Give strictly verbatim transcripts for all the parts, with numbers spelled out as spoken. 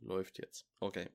Läuft jetzt. Okay.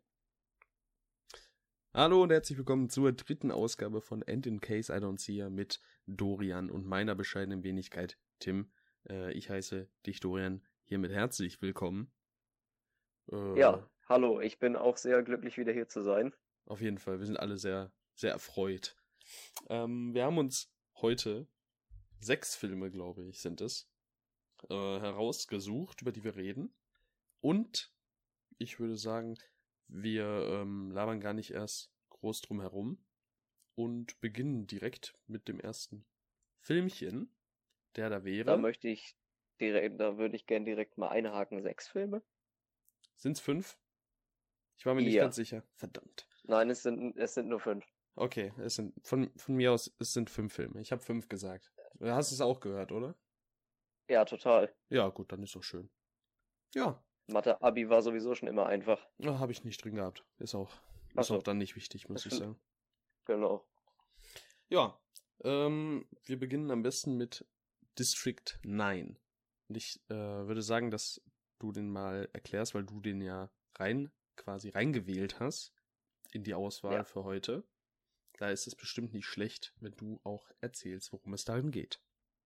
Hallo und herzlich willkommen zur dritten Ausgabe von And in Case I Don't See Ya mit Dorian und meiner bescheidenen Wenigkeit Tim. Äh, ich heiße dich, Dorian, hiermit herzlich willkommen. Äh, ja, hallo, ich bin auch sehr glücklich, wieder hier zu sein. Auf jeden Fall, wir sind alle sehr, sehr erfreut. Ähm, wir haben uns heute sechs Filme, glaube ich, sind es, äh, herausgesucht, über die wir reden. Und ich würde sagen, wir ähm, labern gar nicht erst groß drum herum und beginnen direkt mit dem ersten Filmchen, der da wäre. Da möchte ich direkt, da würde ich gern direkt mal einhaken. Sechs Filme? Sind's fünf? Ich war mir nicht Ja. ganz sicher. Verdammt. Nein, es sind, es sind nur fünf. Okay, es sind von, von mir aus, es sind fünf Filme. Ich habe fünf gesagt. Du hast es auch gehört, oder? Ja, total. Ja, gut, dann ist doch schön. Ja. Mathe-Abi war sowieso schon immer einfach. Ja, habe ich nicht drin gehabt. Ist auch, Ach ist so. auch dann nicht wichtig, muss ich sagen. Genau. Ja, ähm, wir beginnen am besten mit District neun. Und ich äh, würde sagen, dass du den mal erklärst, weil du den ja rein, quasi reingewählt hast in die Auswahl Ja. für heute. Da ist es bestimmt nicht schlecht, wenn du auch erzählst, worum es darin geht.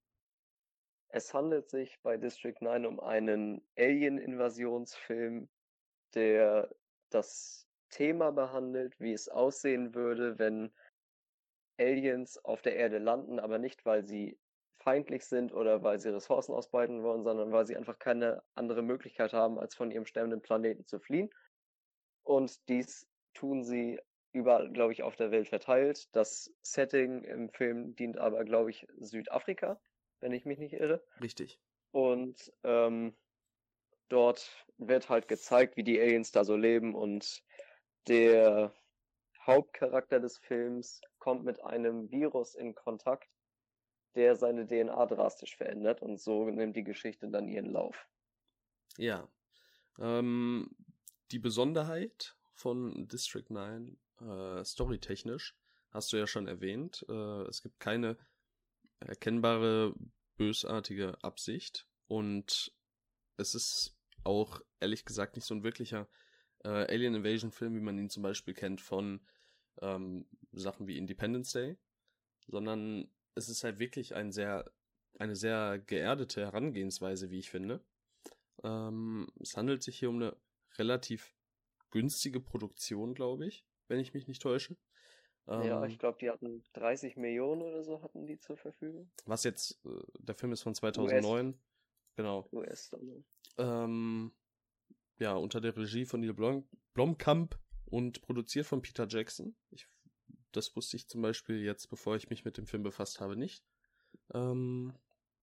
Es handelt sich bei District neun um einen Alien-Invasionsfilm, der das Thema behandelt, wie es aussehen würde, wenn Aliens auf der Erde landen, aber nicht, weil sie feindlich sind oder weil sie Ressourcen ausbeuten wollen, sondern weil sie einfach keine andere Möglichkeit haben, als von ihrem sterbenden Planeten zu fliehen. Und dies tun sie überall, glaube ich, auf der Welt verteilt. Das Setting im Film dient aber, glaube ich, Südafrika, wenn ich mich nicht irre. Richtig. Und ähm, dort wird halt gezeigt, wie die Aliens da so leben, und der Hauptcharakter des Films kommt mit einem Virus in Kontakt, der seine D N A drastisch verändert, und so nimmt die Geschichte dann ihren Lauf. Ja. Ähm, die Besonderheit von District neun, äh, storytechnisch, hast du ja schon erwähnt. Äh, es gibt keine erkennbare bösartige Absicht und es ist auch ehrlich gesagt nicht so ein wirklicher äh, Alien Invasion Film, wie man ihn zum Beispiel kennt von ähm, Sachen wie Independence Day, sondern es ist halt wirklich ein sehr, eine sehr geerdete Herangehensweise, wie ich finde. Ähm, es handelt sich hier um eine relativ günstige Produktion, glaube ich, wenn ich mich nicht täusche. Ähm, Ja, ich glaube, die hatten dreißig Millionen oder so hatten die zur Verfügung. Was jetzt, äh, der Film ist von zweitausendneun. Genau. U S-Dollar. Ähm, ja, unter der Regie von Neil Blom Blomkamp und produziert von Peter Jackson. Ich, das wusste ich zum Beispiel jetzt, bevor ich mich mit dem Film befasst habe, nicht. Ähm,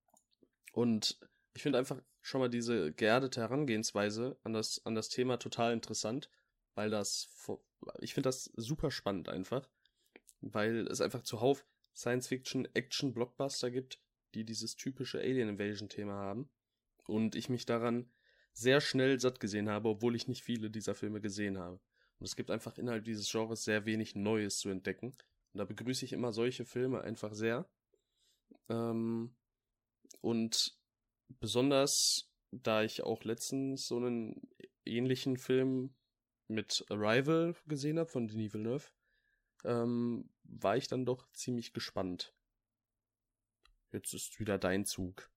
und ich finde einfach schon mal diese geerdete Herangehensweise an das, an das Thema total interessant, weil das, ich finde das super spannend einfach, weil es einfach zuhauf Science-Fiction, Action, Blockbuster gibt, die dieses typische Alien-Invasion-Thema haben und ich mich daran sehr schnell satt gesehen habe, obwohl ich nicht viele dieser Filme gesehen habe. Und es gibt einfach innerhalb dieses Genres sehr wenig Neues zu entdecken. Und da begrüße ich immer solche Filme einfach sehr. Ähm, und besonders, da ich auch letztens so einen ähnlichen Film mit Arrival gesehen habe von Denis Villeneuve, ähm, war ich dann doch ziemlich gespannt. Jetzt ist wieder dein Zug.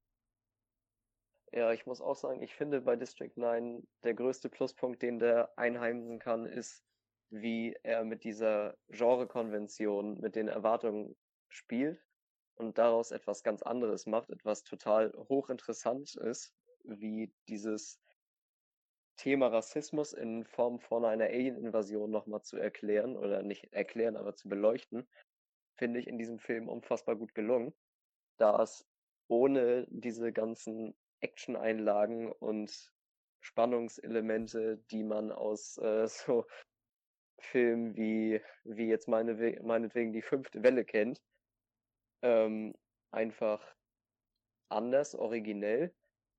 Ja, ich muss auch sagen, ich finde bei District neun der größte Pluspunkt, den der einheimsen kann, ist, wie er mit dieser Genrekonvention, mit den Erwartungen spielt und daraus etwas ganz anderes macht, etwas total hochinteressant ist, wie dieses Thema Rassismus in Form von einer Alien-Invasion nochmal zu erklären, oder nicht erklären, aber zu beleuchten, finde ich in diesem Film unfassbar gut gelungen, da es ohne diese ganzen Action-Einlagen und Spannungselemente, die man aus äh, so Filmen wie, wie jetzt meine, meinetwegen die fünfte Welle kennt, ähm, einfach anders, originell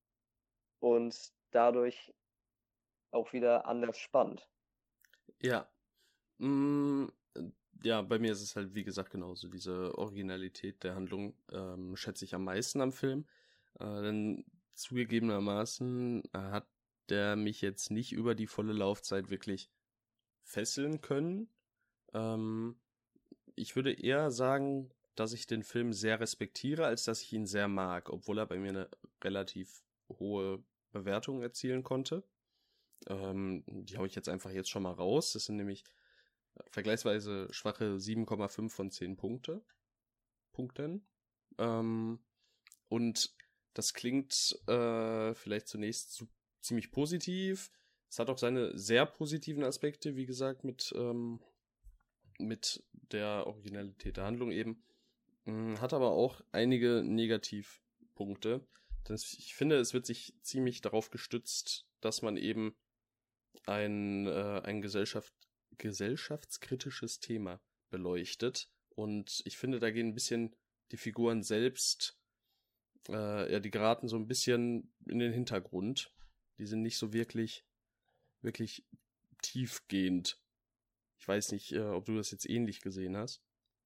und dadurch auch wieder anders spannend. Ja. Mm, ja, bei mir ist es halt, wie gesagt, genauso. Diese Originalität der Handlung ähm, schätze ich am meisten am Film. Äh, denn zugegebenermaßen äh, hat der mich jetzt nicht über die volle Laufzeit wirklich fesseln können. Ähm, ich würde eher sagen, dass ich den Film sehr respektiere, als dass ich ihn sehr mag, obwohl er bei mir eine relativ hohe Bewertung erzielen konnte. Ähm, die hau ich jetzt einfach jetzt schon mal raus. Das sind nämlich vergleichsweise schwache sieben Komma fünf von zehn Punkte. Punkten. Ähm, und das klingt äh, vielleicht zunächst zu, ziemlich positiv. Es hat auch seine sehr positiven Aspekte, wie gesagt, mit, ähm, mit der Originalität der Handlung eben. Hat aber auch einige Negativpunkte. Ich finde, es wird sich ziemlich darauf gestützt, dass man eben ein, äh, ein Gesellschaft, gesellschaftskritisches Thema beleuchtet. Und ich finde, da gehen ein bisschen die Figuren selbst, äh, ja, die geraten so ein bisschen in den Hintergrund. Die sind nicht so wirklich, wirklich tiefgehend. Ich weiß nicht, äh, ob du das jetzt ähnlich gesehen hast.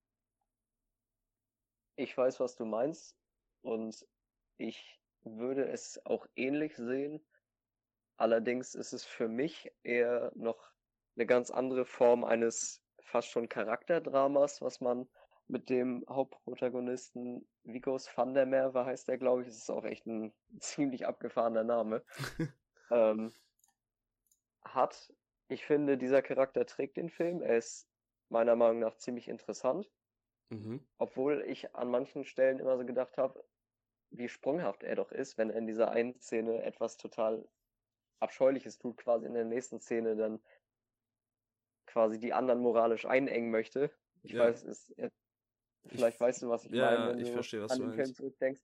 Ich weiß, was du meinst, und ich würde es auch ähnlich sehen. Allerdings ist es für mich eher noch eine ganz andere Form eines fast schon Charakterdramas, was man mit dem Hauptprotagonisten Vigos van der Merwe heißt der, glaube ich. Das ist auch echt ein ziemlich abgefahrener Name. ähm, hat. Ich finde, dieser Charakter trägt den Film. Er ist meiner Meinung nach ziemlich interessant. Mhm. Obwohl ich an manchen Stellen immer so gedacht habe, wie sprunghaft er doch ist, wenn er in dieser einen Szene etwas total Abscheuliches tut, quasi in der nächsten Szene dann quasi die anderen moralisch einengen möchte. Ich Ja. weiß, es, vielleicht ich, weißt du, was ich ja, meine, wenn ich du verstehe, was an du den Film meinst. zurückdenkst.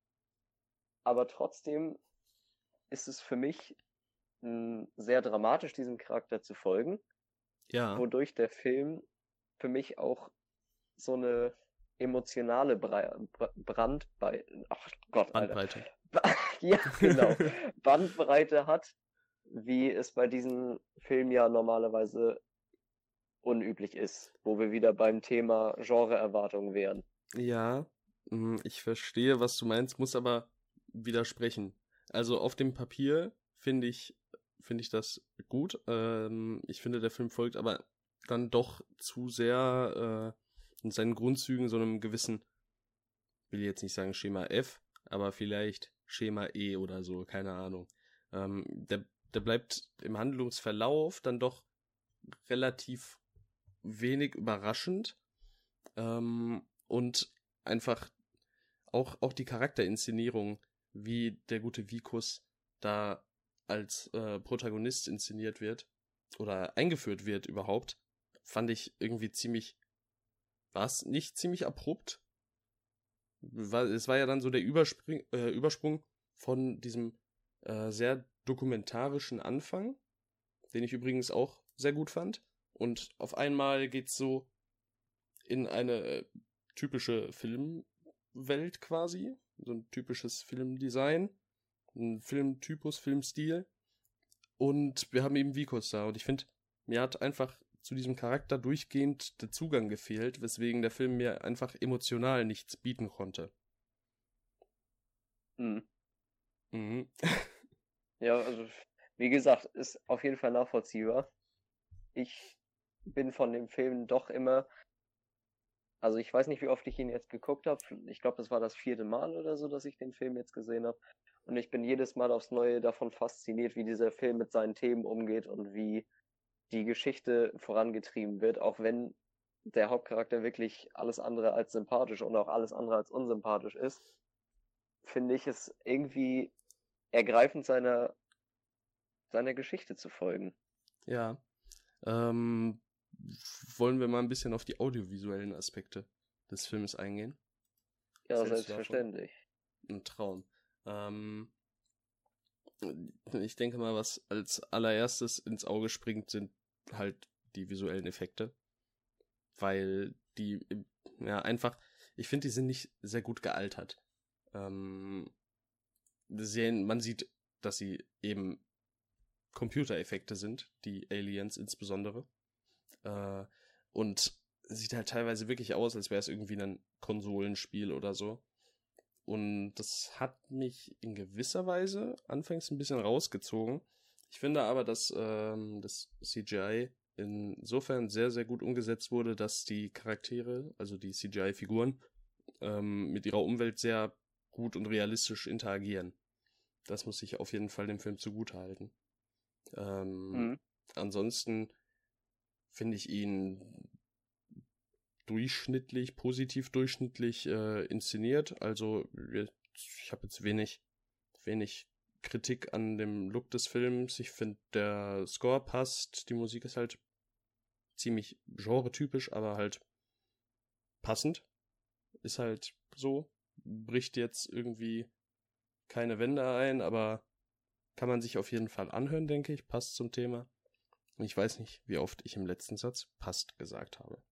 Aber trotzdem ist es für mich mh, sehr dramatisch, diesem Charakter zu folgen, Ja. wodurch der Film für mich auch so eine emotionale Bre Brandbreite, ach Gott, Alter. Bandbreite. Ja, genau. Bandbreite hat, wie es bei diesen Filmen ja normalerweise unüblich ist, wo wir wieder beim Thema Genreerwartung wären. Ja, ich verstehe, was du meinst, muss aber widersprechen. Also auf dem Papier finde ich, finde ich das gut. Ähm, ich finde, der Film folgt aber dann doch zu sehr äh, in seinen Grundzügen so einem gewissen, will jetzt nicht sagen Schema F, aber vielleicht Schema E oder so, keine Ahnung. Ähm, der, der bleibt im Handlungsverlauf dann doch relativ wenig überraschend. Ähm, und einfach auch, auch die Charakterinszenierung, wie der gute Vikus da als äh, Protagonist inszeniert wird oder eingeführt wird überhaupt, fand ich irgendwie ziemlich, war es nicht ziemlich abrupt? War, es war ja dann so der Überspring, äh, Übersprung von diesem äh, sehr dokumentarischen Anfang, den ich übrigens auch sehr gut fand. Und auf einmal geht's so in eine äh, typische Filmwelt quasi, so ein typisches Filmdesign, ein Filmtypus, Filmstil. Und wir haben eben Vikos da. Und ich finde, mir hat einfach zu diesem Charakter durchgehend der Zugang gefehlt, weswegen der Film mir einfach emotional nichts bieten konnte. Mhm. Mhm. Ja, also wie gesagt, ist auf jeden Fall nachvollziehbar. Ich bin von dem Film doch immer, also ich weiß nicht, wie oft ich ihn jetzt geguckt habe. Ich glaube, das war das vierte Mal oder so, dass ich den Film jetzt gesehen habe. Und ich bin jedes Mal aufs Neue davon fasziniert, wie dieser Film mit seinen Themen umgeht und wie die Geschichte vorangetrieben wird, auch wenn der Hauptcharakter wirklich alles andere als sympathisch und auch alles andere als unsympathisch ist, finde ich es irgendwie ergreifend, seiner, seiner Geschichte zu folgen. Ja. Ähm, wollen wir mal ein bisschen auf die audiovisuellen Aspekte des Films eingehen? Ja, Was hältst du davon? selbstverständlich. Ein Traum. Ähm, ich denke mal, was als allererstes ins Auge springt, sind halt die visuellen Effekte. Weil die, ja, einfach, ich finde, die sind nicht sehr gut gealtert. Ähm, sehen, man sieht, dass sie eben Computereffekte sind, die Aliens insbesondere. Äh, und sieht halt teilweise wirklich aus, als wäre es irgendwie ein Konsolenspiel oder so. Und das hat mich in gewisser Weise anfangs ein bisschen rausgezogen, Ich finde aber, dass ähm, das C G I insofern sehr, sehr gut umgesetzt wurde, dass die Charaktere, also die C G I-Figuren, ähm, mit ihrer Umwelt sehr gut und realistisch interagieren. Das muss ich auf jeden Fall dem Film zugutehalten. Ähm, Mhm. ansonsten finde ich ihn durchschnittlich, positiv durchschnittlich äh, inszeniert. Also ich habe jetzt wenig, wenig Kritik an dem Look des Films. Ich finde, der Score passt. Die Musik ist halt ziemlich genretypisch, aber halt passend. Ist halt so. Bricht jetzt irgendwie keine Wände ein, aber kann man sich auf jeden Fall anhören, denke ich. Passt zum Thema. Und ich weiß nicht, wie oft ich im letzten Satz passt gesagt habe.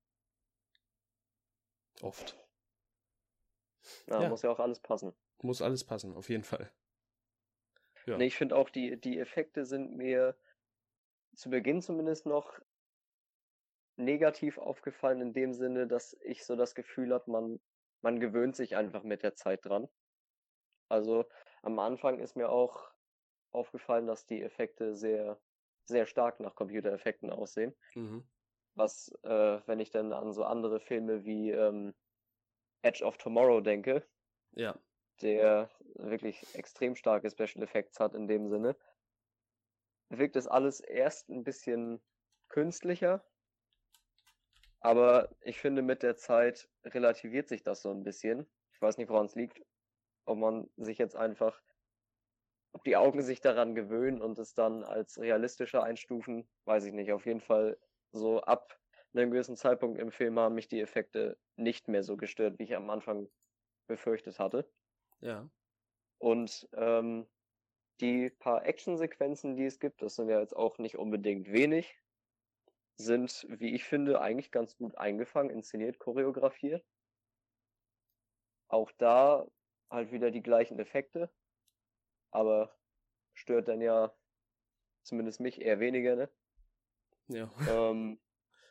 Oft. Ja, Ja. muss ja auch alles passen. Muss alles passen, auf jeden Fall. Ja. Nee, ich finde auch, die, die Effekte sind mir zu Beginn zumindest noch negativ aufgefallen in dem Sinne, dass ich so das Gefühl habe, man, man gewöhnt sich einfach mit der Zeit dran. Also am Anfang ist mir auch aufgefallen, dass die Effekte sehr, sehr stark nach Computereffekten aussehen. Mhm. Was, äh, wenn ich dann an so andere Filme wie ähm, Edge of Tomorrow denke, Ja. der wirklich extrem starke Special Effects hat in dem Sinne, wirkt es alles erst ein bisschen künstlicher, aber ich finde, mit der Zeit relativiert sich das so ein bisschen. Ich weiß nicht, woran es liegt, ob man sich jetzt einfach, ob die Augen sich daran gewöhnen und es dann als realistischer einstufen, weiß ich nicht. Auf jeden Fall so ab einem gewissen Zeitpunkt im Film haben mich die Effekte nicht mehr so gestört, wie ich am Anfang befürchtet hatte. Ja. Und ähm, die paar Actionsequenzen, die es gibt, das sind ja jetzt auch nicht unbedingt wenig, sind, wie ich finde, eigentlich ganz gut eingefangen, inszeniert, choreografiert. Auch da halt wieder die gleichen Effekte, aber stört dann ja zumindest mich eher weniger, ne? Ja. Ähm,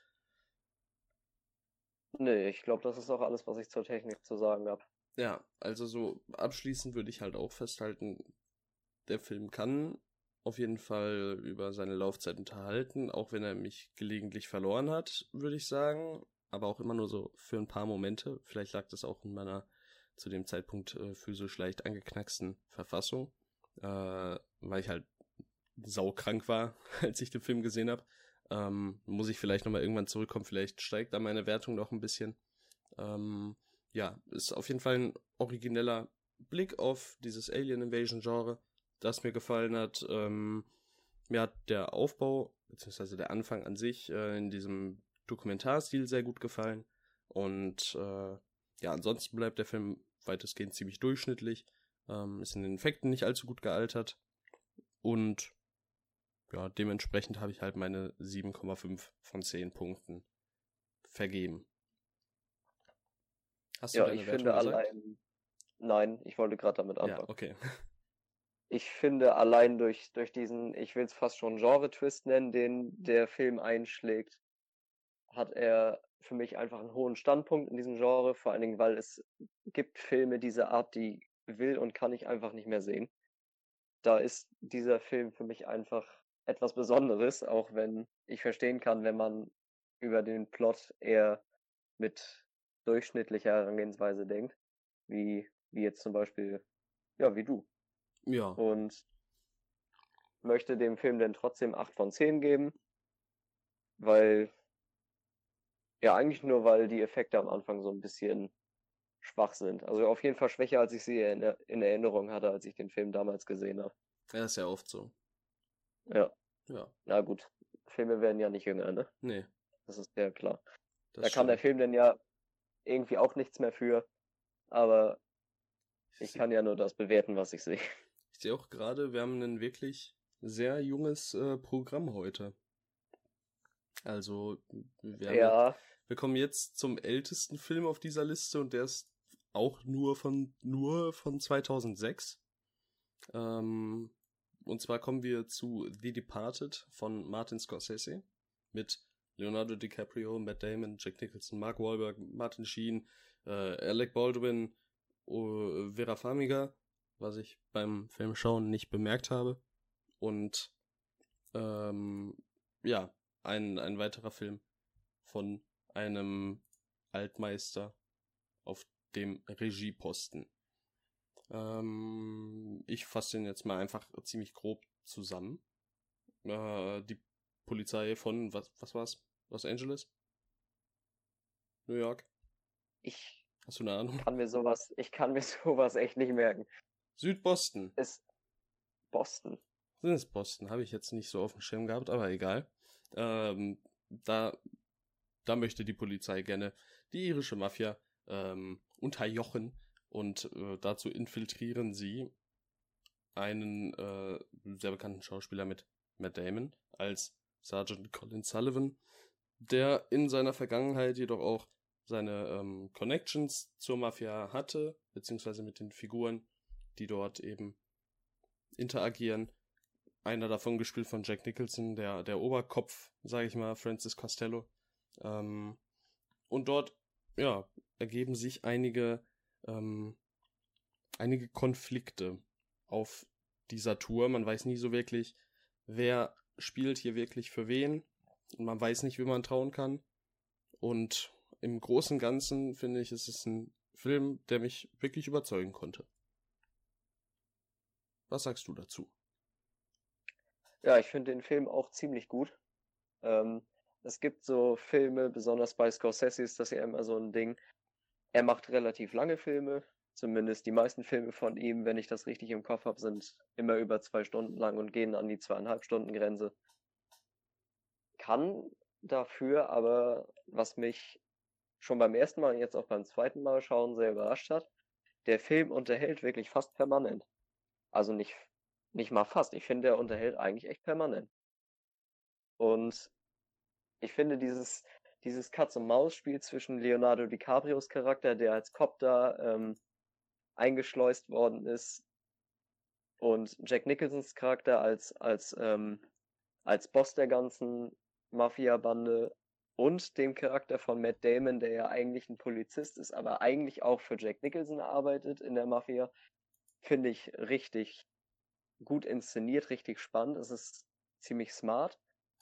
nee, ich glaube, das ist auch alles, was ich zur Technik zu sagen habe. Ja, also so abschließend würde ich halt auch festhalten, der Film kann auf jeden Fall über seine Laufzeit unterhalten, auch wenn er mich gelegentlich verloren hat, würde ich sagen. Aber auch immer nur so für ein paar Momente. Vielleicht lag das auch in meiner zu dem Zeitpunkt äh, physisch leicht angeknacksten Verfassung, äh, weil ich halt saukrank war, als ich den Film gesehen habe. Ähm, muss ich vielleicht nochmal irgendwann zurückkommen, vielleicht steigt da meine Wertung noch ein bisschen. Ähm, ja, ist auf jeden Fall ein origineller Blick auf dieses Alien-Invasion-Genre, das mir gefallen hat. Ähm, mir hat der Aufbau, beziehungsweise der Anfang an sich, äh, in diesem Dokumentarstil sehr gut gefallen. Und äh, ja, ansonsten bleibt der Film weitestgehend ziemlich durchschnittlich. Ähm, ist in den Effekten nicht allzu gut gealtert. Und ja, dementsprechend habe ich halt meine sieben Komma fünf von zehn Punkten vergeben. Hast du Ja, deine ich Wertung finde gesagt? allein, nein, ich wollte gerade damit Ja, anfangen. okay. Ich finde allein durch, durch diesen, ich will es fast schon Genre-Twist nennen, den der Film einschlägt, hat er für mich einfach einen hohen Standpunkt in diesem Genre, vor allen Dingen, weil es gibt Filme dieser Art, die will und kann ich einfach nicht mehr sehen. Da ist dieser Film für mich einfach etwas Besonderes, auch wenn ich verstehen kann, wenn man über den Plot eher mit durchschnittlicher Herangehensweise denkt, wie, wie jetzt zum Beispiel, ja, wie du. Ja, Und möchte dem Film dann trotzdem acht von zehn geben, weil, ja, eigentlich nur, weil die Effekte am Anfang so ein bisschen schwach sind. Also auf jeden Fall schwächer, als ich sie in, in Erinnerung hatte, als ich den Film damals gesehen habe. er ist ja oft so. Ja, Ja, na gut. Filme werden ja nicht jünger, ne? nee, Das ist ja klar. das Da kann der stimmt. Film dann ja irgendwie auch nichts mehr für, aber Ich ich sehe kann ja nur das bewerten, was ich sehe. ich seh auch gerade, wir haben ein wirklich sehr junges äh, Programm heute. Also, wir haben jetzt, Ja, wir kommen jetzt zum ältesten Film auf dieser Liste und der ist auch nur von, nur von zweitausendsechs. Ähm, und zwar kommen wir zu The Departed von Martin Scorsese mit Leonardo DiCaprio, Matt Damon, Jack Nicholson, Mark Wahlberg, Martin Sheen, äh, Alec Baldwin, uh, Vera Farmiga, was ich beim Filmschauen nicht bemerkt habe. Und Ähm, ja, ein, ein weiterer Film von einem Altmeister auf dem Regieposten. Ähm, ich fasse den jetzt mal einfach ziemlich grob zusammen. Äh, die Polizei von, was, was war's? Los Angeles? New York? Ich Hast du eine Ahnung? kann mir sowas, ich kann mir sowas echt nicht merken. Südboston. Ist Boston. Sind es Boston? Habe ich jetzt nicht so auf dem Schirm gehabt, aber egal. Ähm, da, da möchte die Polizei gerne die irische Mafia ähm, unterjochen und äh, dazu infiltrieren sie einen äh, sehr bekannten Schauspieler mit Matt Damon als Sergeant Colin Sullivan, der in seiner Vergangenheit jedoch auch seine ähm, Connections zur Mafia hatte, beziehungsweise mit den Figuren, die dort eben interagieren. Einer davon gespielt von Jack Nicholson, der, der Oberkopf, sage ich mal, Francis Costello. Ähm, und dort, ja, ergeben sich einige, ähm, einige Konflikte auf dieser Tour. Man weiß nie so wirklich, wer spielt hier wirklich für wen. Und man weiß nicht, wie man trauen kann. Und im Großen und Ganzen finde ich, es ist ein Film, der mich wirklich überzeugen konnte. Was sagst du dazu? Ja, ich finde den Film auch ziemlich gut. Ähm, es gibt so Filme, besonders bei Scorsese ist das ja immer so ein Ding. Er macht relativ lange Filme, zumindest die meisten Filme von ihm, wenn ich das richtig im Kopf habe, sind immer über zwei Stunden lang und gehen an die zweieinhalb Stunden Grenze. Kann dafür aber, was mich schon beim ersten Mal und jetzt auch beim zweiten Mal schauen sehr überrascht hat, der Film unterhält wirklich fast permanent. Also nicht, nicht mal fast. Ich finde, der unterhält eigentlich echt permanent. Und ich finde dieses, dieses Katz-und-Maus-Spiel zwischen Leonardo DiCaprios Charakter, der als Cop da ähm, eingeschleust worden ist, und Jack Nicholsons Charakter als, als, ähm, als Boss der ganzen Mafia-Bande und dem Charakter von Matt Damon, der ja eigentlich ein Polizist ist, aber eigentlich auch für Jack Nicholson arbeitet in der Mafia, finde ich richtig gut inszeniert, richtig spannend. Es ist ziemlich smart.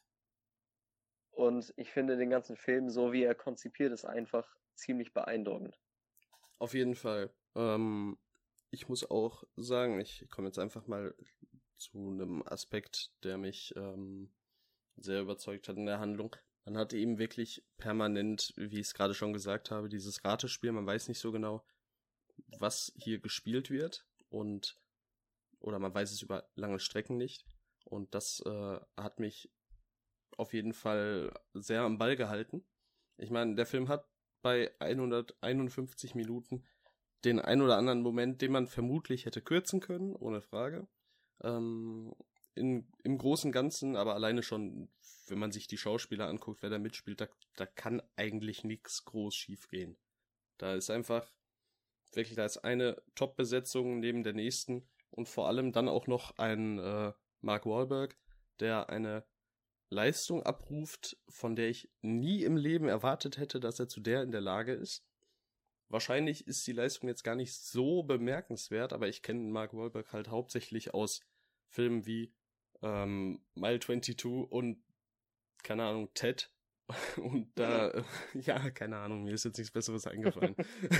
Und ich finde den ganzen Film, so wie er konzipiert ist, einfach ziemlich beeindruckend. Auf jeden Fall. Ähm, ich muss auch sagen, ich komme jetzt einfach mal zu einem Aspekt, der mich ähm, sehr überzeugt hat in der Handlung. Man hat eben wirklich permanent, wie ich es gerade schon gesagt habe, dieses Ratespiel. Man weiß nicht so genau, was hier gespielt wird und oder man weiß es über lange Strecken nicht. Und das äh, hat mich auf jeden Fall sehr am Ball gehalten. Ich meine, der Film hat bei hunderteinundfünfzig Minuten den ein oder anderen Moment, den man vermutlich hätte kürzen können, ohne Frage. Ähm, in, im Großen und Ganzen, aber alleine schon, wenn man sich die Schauspieler anguckt, wer da mitspielt, da, da kann eigentlich nichts groß schief gehen. Da ist einfach, wirklich, da ist eine Top-Besetzung neben der nächsten und vor allem dann auch noch ein äh, Mark Wahlberg, der eine Leistung abruft, von der ich nie im Leben erwartet hätte, dass er zu der in der Lage ist. Wahrscheinlich ist die Leistung jetzt gar nicht so bemerkenswert, aber ich kenne Mark Wahlberg halt hauptsächlich aus Filmen wie ähm, Mile zweiundzwanzig und, keine Ahnung, Ted. Und da, äh, ja, keine Ahnung, mir ist jetzt nichts Besseres eingefallen.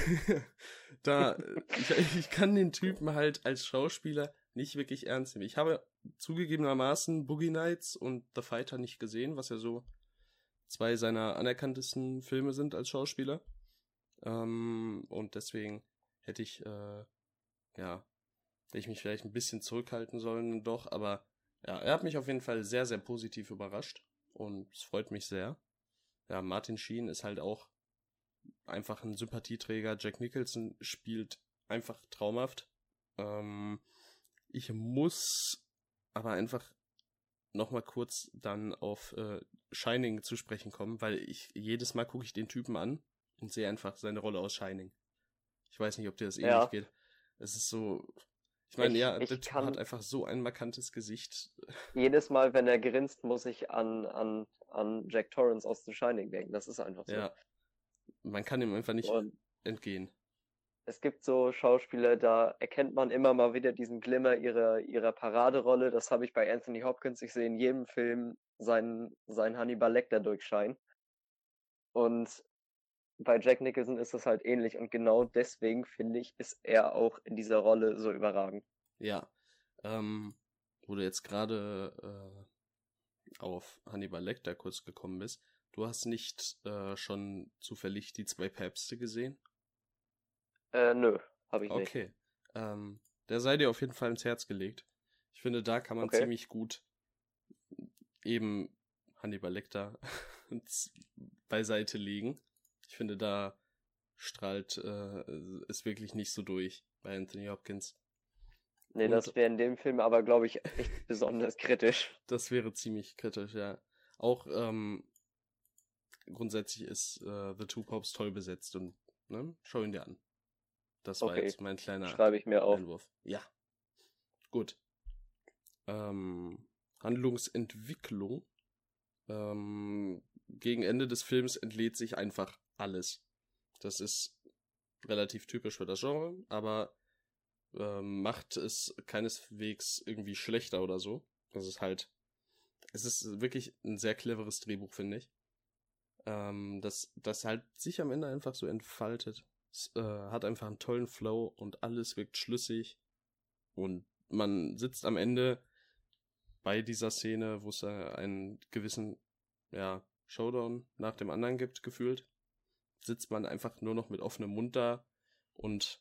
da, ich, ich kann den Typen halt als Schauspieler nicht wirklich ernst nehmen. Ich habe zugegebenermaßen Boogie Nights und The Fighter nicht gesehen, was ja so zwei seiner anerkanntesten Filme sind als Schauspieler. Ähm, und deswegen hätte ich, äh, ja, hätte ich mich vielleicht ein bisschen zurückhalten sollen, doch, aber ja, er hat mich auf jeden Fall sehr, sehr positiv überrascht und es freut mich sehr. Ja, Martin Sheen ist halt auch einfach ein Sympathieträger. Jack Nicholson spielt einfach traumhaft. Ähm, ich muss aber einfach nochmal kurz dann auf äh, Shining zu sprechen kommen, weil ich jedes Mal gucke ich den Typen an und sehe einfach seine Rolle aus Shining. Ich weiß nicht, ob dir das ähnlich Ja, geht. Es ist so, ich meine, ich, ja, der ich Typ hat kann einfach so ein markantes Gesicht. jedes Mal, wenn er grinst, muss ich an, an, an Jack Torrance aus The Shining denken. Das ist einfach so. Ja, man kann ihm einfach nicht Und entgehen. es gibt so Schauspieler, da erkennt man immer mal wieder diesen Glimmer ihrer, ihrer Paraderolle. Das habe ich bei Anthony Hopkins. Ich sehe in jedem Film seinen, seinen Hannibal Lecter durchscheinen. Und bei Jack Nicholson ist das halt ähnlich. Und genau deswegen, finde ich, ist er auch in dieser Rolle so überragend. Ja, ähm, wo du jetzt gerade äh, auf Hannibal Lecter kurz gekommen bist, du hast nicht äh, schon zufällig die zwei Päpste gesehen? Äh, nö, habe ich nicht. Okay, ähm, der sei dir auf jeden Fall ins Herz gelegt. Ich finde, da kann man Okay. ziemlich gut eben Hannibal Lecter beiseite legen. Ich finde, da strahlt äh, es wirklich nicht so durch bei Anthony Hopkins. Nee, Und das wäre in dem Film aber, glaube ich, echt besonders kritisch. das wäre ziemlich kritisch, ja. Auch ähm, grundsätzlich ist äh, The Two Popes toll besetzt und ne, schau ihn dir an. Das war Okay, jetzt mein kleiner schreibe ich mir auf. Einwurf. Ja. Gut. Ähm, Handlungsentwicklung. Ähm, gegen Ende des Films entlädt sich einfach alles. Das ist relativ typisch für das Genre, aber ähm, macht es keineswegs irgendwie schlechter oder so. Das ist halt, es ist wirklich ein sehr cleveres Drehbuch, finde ich. Ähm, das, das halt sich am Ende einfach so entfaltet. Es äh, hat einfach einen tollen Flow und alles wirkt schlüssig. Und man sitzt am Ende bei dieser Szene, wo es äh, einen gewissen, ja, Showdown nach dem anderen gibt, gefühlt, sitzt man einfach nur noch mit offenem Mund da und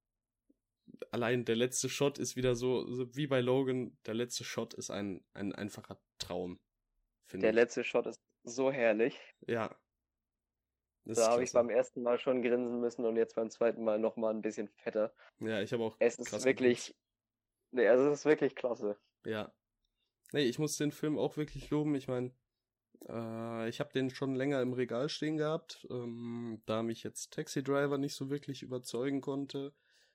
allein der letzte Shot ist wieder so, so wie bei Logan, der letzte Shot ist ein, ein einfacher Traum, finde Der ich. letzte Shot ist so herrlich. Ja. Das Da ist habe ich klasse. beim ersten Mal schon grinsen müssen und jetzt beim zweiten Mal nochmal ein bisschen fetter. Ja, ich habe auch Es ist krass wirklich, gegrinst. nee, also es ist wirklich klasse. Ja. Nee, ich muss den Film auch wirklich loben. Ich meine, äh, ich habe den schon länger im Regal stehen gehabt, ähm, da mich jetzt Taxi Driver nicht so wirklich überzeugen konnte.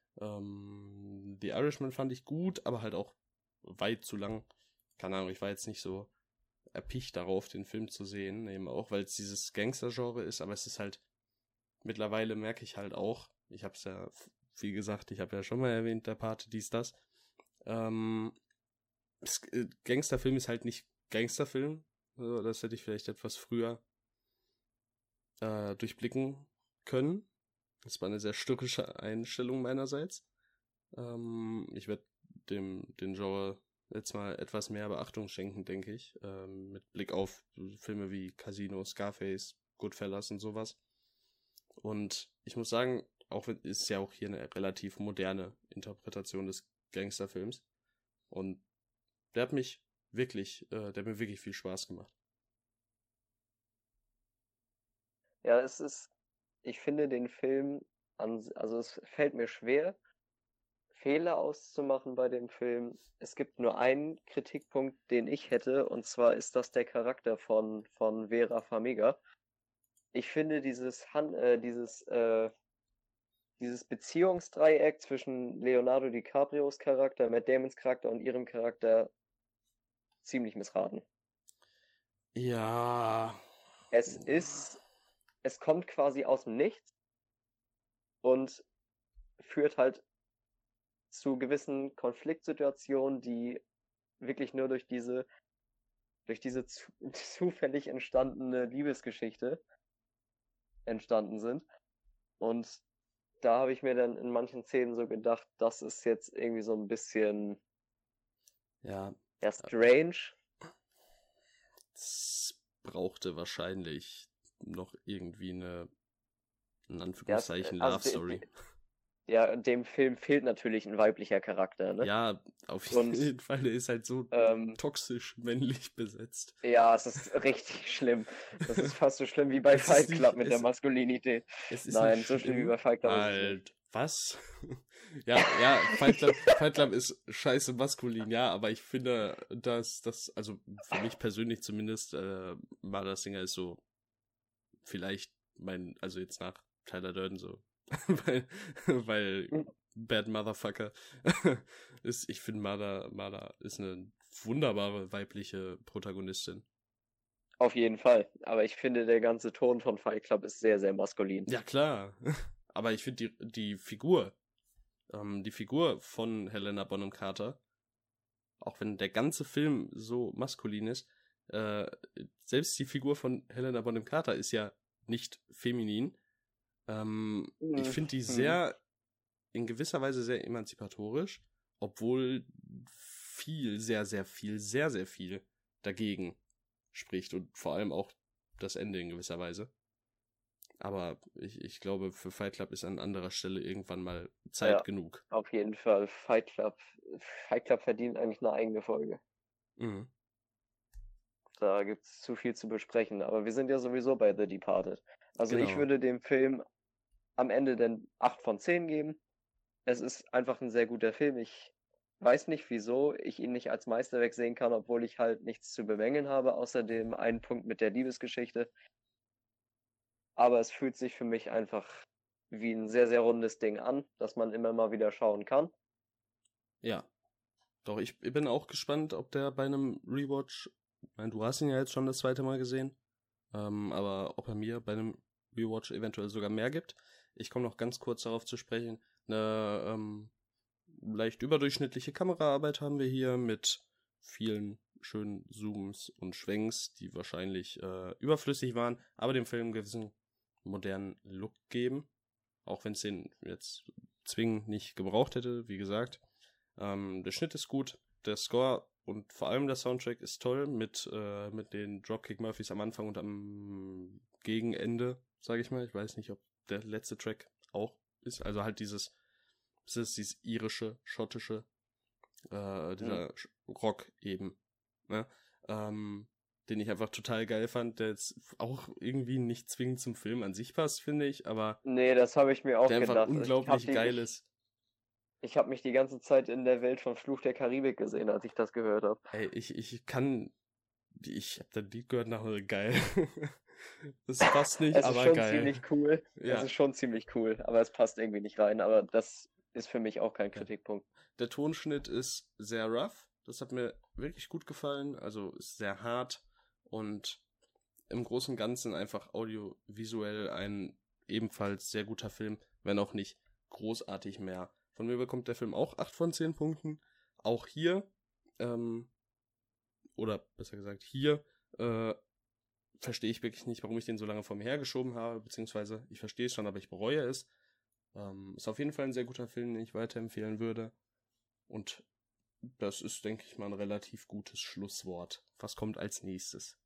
Ähm, The Irishman fand ich gut, aber halt auch weit zu lang. Keine Ahnung, ich war jetzt nicht so erpicht darauf, den Film zu sehen, eben auch, weil es dieses Gangster-Genre ist, aber es ist halt, mittlerweile merke ich halt auch, ich habe es ja, wie gesagt, ich habe ja schon mal erwähnt, der Pate, dies, das, ähm, es, äh, Gangsterfilm ist halt nicht Gangsterfilm, also das hätte ich vielleicht etwas früher äh, durchblicken können. Das war eine sehr störrische Einstellung meinerseits. Ähm, ich werde dem den Genre jetzt mal etwas mehr Beachtung schenken, denke ich. Ähm, mit Blick auf Filme wie Casino, Scarface, Goodfellas und sowas. Und ich muss sagen, auch wenn, ist ja auch hier eine relativ moderne Interpretation des Gangsterfilms. Und der hat mich wirklich, äh, der hat mir wirklich viel Spaß gemacht. Ja, es ist, ich finde den Film, an, also es fällt mir schwer, Fehler auszumachen bei dem Film. Es gibt nur einen Kritikpunkt, den ich hätte, und zwar ist das der Charakter von, von Vera Farmiga. Ich finde dieses, Han, äh, dieses, äh, dieses Beziehungsdreieck zwischen Leonardo DiCaprios Charakter, Matt Damons Charakter und ihrem Charakter ziemlich missraten. Ja. Es ist, es kommt quasi aus dem Nichts und führt halt zu gewissen Konfliktsituationen, die wirklich nur durch diese, durch diese zu, zufällig entstandene Liebesgeschichte entstanden sind. Und da habe ich mir dann in manchen Szenen so gedacht, das ist jetzt irgendwie so ein bisschen Ja. ja, strange. Es brauchte wahrscheinlich noch irgendwie eine, in Ja, Anführungszeichen, also Love Story. ja, dem Film fehlt natürlich ein weiblicher Charakter, ne? Ja, auf Und, jeden Fall, der ist halt so ähm, toxisch männlich besetzt. Ja, es ist richtig schlimm. Das ist fast so schlimm wie bei Es ist Fight nicht- Club mit der es- Maskulinität. Es ist Nein, nicht so schlimm wie schlimm. bei Fight Club ist es nicht. Alt, was? ja, ja, Fight Club, Fight Club ist scheiße maskulin, ja, aber ich finde, dass das, also für mich persönlich zumindest, äh, Marder Singer ist so vielleicht mein, also jetzt nach Tyler Durden so, weil, weil Bad Motherfucker ist, ich finde Marder, Marder ist eine wunderbare weibliche Protagonistin. Auf jeden Fall. Aber ich finde, der ganze Ton von Fight Club ist sehr, sehr maskulin. Ja, klar. aber ich finde die, die Figur, ähm, die Figur von Helena Bonham Carter, auch wenn der ganze Film so maskulin ist, äh, selbst die Figur von Helena Bonham Carter ist ja nicht feminin. Ähm, Mhm. Ich finde die sehr, in gewisser Weise sehr emanzipatorisch, obwohl viel, sehr, sehr viel, sehr, sehr viel dagegen spricht und vor allem auch das Ende in gewisser Weise. Aber ich, ich glaube, für Fight Club ist an anderer Stelle irgendwann mal Zeit Ja. genug. Auf jeden Fall. Fight Club. Fight Club verdient eigentlich eine eigene Folge. Mhm. Da gibt es zu viel zu besprechen. Aber wir sind ja sowieso bei The Departed. Also ich Genau. würde dem Film am Ende dann acht von zehn geben. Es ist einfach ein sehr guter Film. Ich weiß nicht, wieso ich ihn nicht als Meisterwerk sehen kann, obwohl ich halt nichts zu bemängeln habe, außer dem einen Punkt mit der Liebesgeschichte. Aber es fühlt sich für mich einfach wie ein sehr, sehr rundes Ding an, das man immer mal wieder schauen kann. Ja. Doch, ich, ich bin auch gespannt, ob der bei einem Rewatch, ich meine, du hast ihn ja jetzt schon das zweite Mal gesehen, ähm, aber ob er mir bei einem Rewatch eventuell sogar mehr gibt. Ich komme noch ganz kurz darauf zu sprechen. Eine ähm, leicht überdurchschnittliche Kameraarbeit haben wir hier mit vielen schönen Zooms und Schwenks, die wahrscheinlich äh, überflüssig waren, aber dem Film einen gewissen modernen Look geben. Auch wenn es den jetzt zwingend nicht gebraucht hätte, wie gesagt. Ähm, der Schnitt ist gut, der Score und vor allem der Soundtrack ist toll mit, äh, mit den Dropkick Murphys am Anfang und am Gegenende, sage ich mal. Ich weiß nicht, ob der letzte Track auch ist. Also halt dieses, es ist dieses irische, schottische, äh, dieser mhm. Rock eben, ne? Ähm, den ich einfach total geil fand, der jetzt auch irgendwie nicht zwingend zum Film an sich passt, finde ich, aber nee, das habe ich mir auch der gedacht. einfach unglaublich die, geil ich, ist. Ich habe mich die ganze Zeit in der Welt von Fluch der Karibik gesehen, als ich das gehört habe. Ey, ich, ich kann, ich hab das Lied gehört nach geil. Das passt nicht, es aber ist schon geil. ziemlich cool. Ja. Es ist schon ziemlich cool, aber es passt irgendwie nicht rein. Aber das ist für mich auch kein Kritikpunkt. Der Tonschnitt ist sehr rough. Das hat mir wirklich gut gefallen. Also ist sehr hart und im Großen und Ganzen einfach audiovisuell ein ebenfalls sehr guter Film, wenn auch nicht großartig mehr. Von mir bekommt der Film auch acht von zehn Punkten. Auch hier, ähm, oder besser gesagt hier, äh, verstehe ich wirklich nicht, warum ich den so lange vor mir hergeschoben habe, beziehungsweise ich verstehe es schon, aber ich bereue es. Ähm, ist auf jeden Fall ein sehr guter Film, den ich weiterempfehlen würde. Und das ist, denke ich mal, ein relativ gutes Schlusswort. Was kommt als nächstes?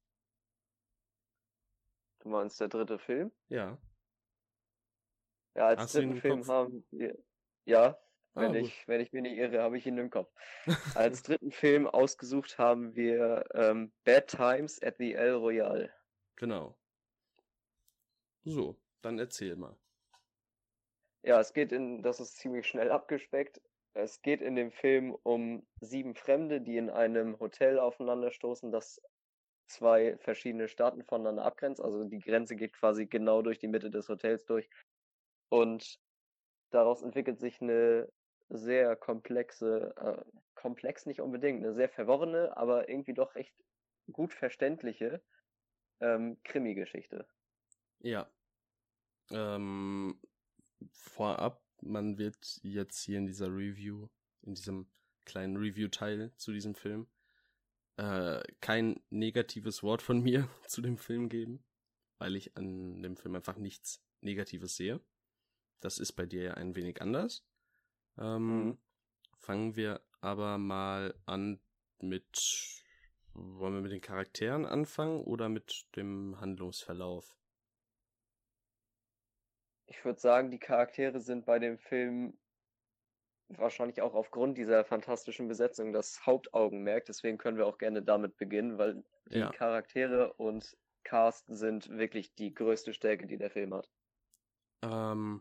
Du meinst der dritte Film? Ja. Ja, als Hast du ihn dritten im Film Kopf? haben wir. Ja, wenn, Ah, ich, wenn ich mich nicht irre, habe ich ihn im Kopf. Als dritten Film ausgesucht haben wir ähm, Bad Times at the El Royale. Genau. So, dann erzähl mal. Ja, es geht in, das ist ziemlich schnell abgespeckt. Es geht in dem Film um sieben Fremde, die in einem Hotel aufeinanderstoßen, das zwei verschiedene Staaten voneinander abgrenzt. Also die Grenze geht quasi genau durch die Mitte des Hotels durch. Und daraus entwickelt sich eine sehr komplexe, äh, komplex nicht unbedingt, eine sehr verworrene, aber irgendwie doch recht gut verständliche ähm, Krimi-Geschichte. Ja. Ähm, vorab, man wird jetzt hier in dieser Review, in diesem kleinen Review-Teil zu diesem Film, äh, kein negatives Wort von mir zu dem Film geben, weil ich an dem Film einfach nichts Negatives sehe. Das ist bei dir ja ein wenig anders. Ähm, mhm. Fangen wir aber mal an mit, wollen wir mit den Charakteren anfangen oder mit dem Handlungsverlauf? Ich würde sagen, die Charaktere sind bei dem Film wahrscheinlich auch aufgrund dieser fantastischen Besetzung das Hauptaugenmerk. Deswegen können wir auch gerne damit beginnen, weil die ja. Charaktere und Cast sind wirklich die größte Stärke, die der Film hat. Ähm,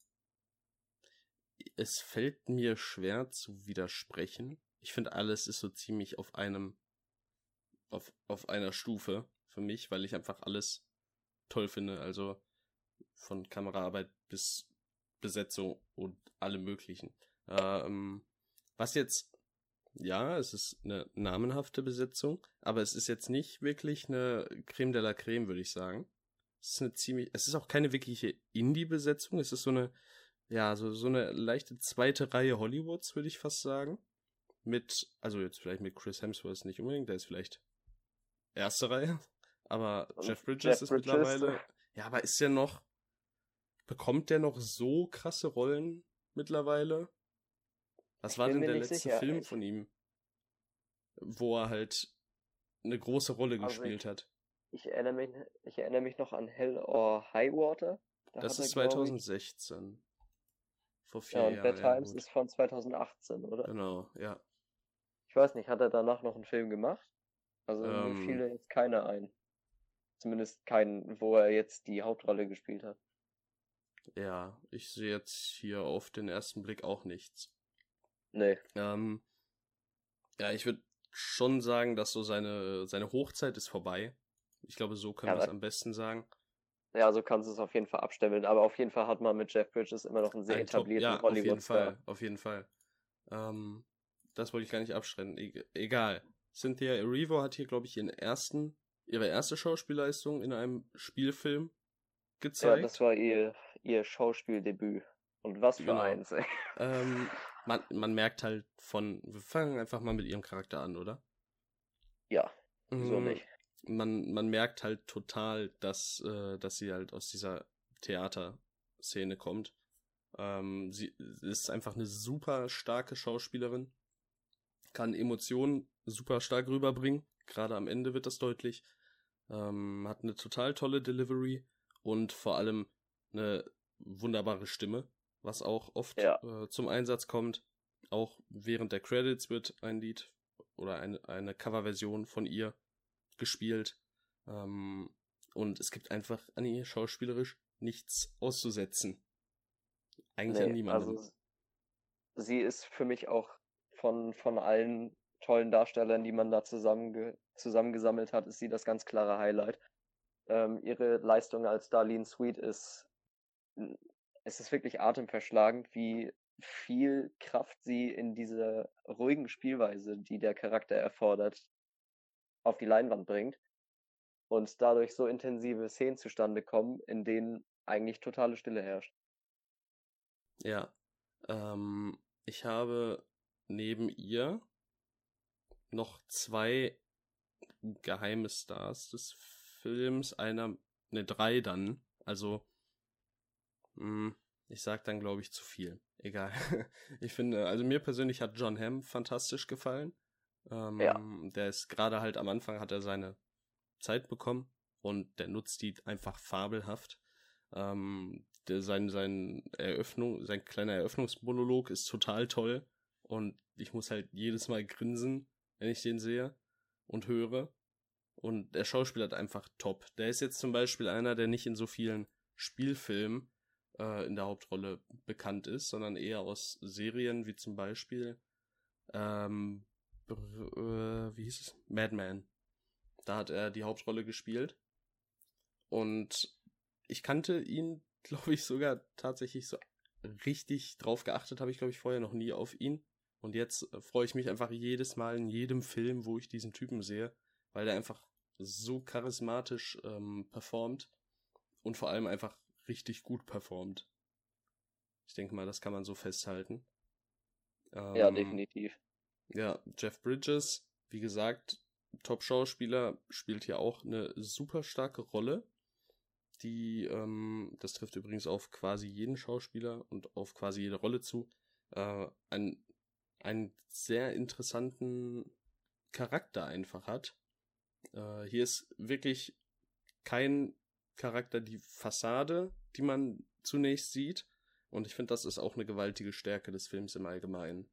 es fällt mir schwer zu widersprechen. Ich finde, alles ist so ziemlich auf einem, auf, auf einer Stufe für mich, weil ich einfach alles toll finde. Also von Kameraarbeit bis Besetzung und allem möglichen. Ähm, was jetzt, ja, es ist eine namenhafte Besetzung, aber es ist jetzt nicht wirklich eine Creme de la Creme, würde ich sagen. Es ist eine ziemlich, es ist auch keine wirkliche Indie-Besetzung, es ist so eine, ja, so, so eine leichte zweite Reihe Hollywoods, würde ich fast sagen. Mit, also jetzt vielleicht mit Chris Hemsworth nicht unbedingt, der ist vielleicht erste Reihe, aber Und Jeff Bridges Jeff ist Bridges, mittlerweile, ja, aber ist der noch, bekommt der noch so krasse Rollen mittlerweile? Was ich war bin denn mir der nicht letzte sicher. Film Ich, von ihm, wo er halt eine große Rolle also gespielt ich, hat? ich erinnere mich, ich erinnere mich noch an Hell or High Water. Da Das hat er, ist glaube ich, zwanzig sechzehn. Vor ja, vier und Bad Jahren, ja, Times gut. ist von zwanzig achtzehn, oder? Genau, ja. Ich weiß nicht, hat er danach noch einen Film gemacht? Also mir fiel Ähm, da jetzt keiner ein. Zumindest keinen, wo er jetzt die Hauptrolle gespielt hat. ja, ich sehe jetzt hier auf den ersten Blick auch nichts. Nee. Ähm, ja, ich würde schon sagen, dass so seine, seine Hochzeit ist vorbei. Ich glaube, so können Ja, wir es aber, am besten sagen. ja, so kannst du es auf jeden Fall abstempeln. Aber auf jeden Fall hat man mit Jeff Bridges immer noch einen sehr Ein Top, etablierten ja, auf jeden Hollywood-Star. Fall, auf jeden Fall. Ähm, das wollte ich gar nicht abstreiten. E egal. Cynthia Erivo hat hier, glaube ich, ihren ersten, ihre erste Schauspielleistung in einem Spielfilm Ja, das gezeigt. war ihr, ihr Schauspieldebüt. Und was für Genau. eins, ey. Ähm, man, man merkt halt von, wir fangen einfach mal mit ihrem Charakter an, oder? Ja, wieso Mm, nicht? Man, man merkt halt total, dass, äh, dass sie halt aus dieser Theaterszene kommt. Ähm, sie ist einfach eine super starke Schauspielerin, kann Emotionen super stark rüberbringen. Gerade am Ende wird das deutlich. Ähm, hat eine total tolle Delivery und vor allem eine wunderbare Stimme, was auch oft Ja, äh, zum Einsatz kommt. Auch während der Credits wird ein Lied oder eine, eine Coverversion von ihr gespielt. Ähm, und es gibt einfach an ihr schauspielerisch nichts auszusetzen. Eigentlich an nee, niemandem. also sie ist für mich auch von, von allen tollen Darstellern, die man da zusammenge zusammengesammelt hat, ist sie das ganz klare Highlight. Ähm, ihre Leistung als Darlene Sweet ist, es ist wirklich atemverschlagend, wie viel Kraft sie in dieser ruhigen Spielweise, die der Charakter erfordert, auf die Leinwand bringt und dadurch so intensive Szenen zustande kommen, in denen eigentlich totale Stille herrscht. Ja. Ähm, ich habe neben ihr noch zwei geheime Stars des Films. Einer, ne, drei dann. Also, mh, ich sag dann, glaube ich, zu viel. Egal. Ich finde, also mir persönlich hat John Hamm fantastisch gefallen. Ja, Ähm, der ist gerade halt am Anfang hat er seine Zeit bekommen und der nutzt die einfach fabelhaft. Ähm, der, sein, sein Eröffnung, sein kleiner Eröffnungsmonolog ist total toll und ich muss halt jedes Mal grinsen, wenn ich den sehe und höre. Und der Schauspieler hat einfach top. Der ist jetzt zum Beispiel einer, der nicht in so vielen Spielfilmen äh, in der Hauptrolle bekannt ist, sondern eher aus Serien wie zum Beispiel ähm, äh, wie hieß es? Mad Men. Da hat er die Hauptrolle gespielt. Und ich kannte ihn, glaube ich, sogar tatsächlich so richtig drauf geachtet, habe ich, glaube ich, vorher noch nie auf ihn. Und jetzt äh, freue ich mich einfach jedes Mal in jedem Film, wo ich diesen Typen sehe, weil der einfach so charismatisch ähm, performt und vor allem einfach richtig gut performt. Ich denke mal, das kann man so festhalten. ja, Ähm, definitiv. ja, Jeff Bridges, wie gesagt, Top-Schauspieler, spielt hier auch eine super starke Rolle. Die, ähm, das trifft übrigens auf quasi jeden Schauspieler und auf quasi jede Rolle zu, äh, einen, einen sehr interessanten Charakter einfach hat. Äh, hier ist wirklich kein Charakter die Fassade, die man zunächst sieht. Und ich finde, das ist auch eine gewaltige Stärke des Films im Allgemeinen.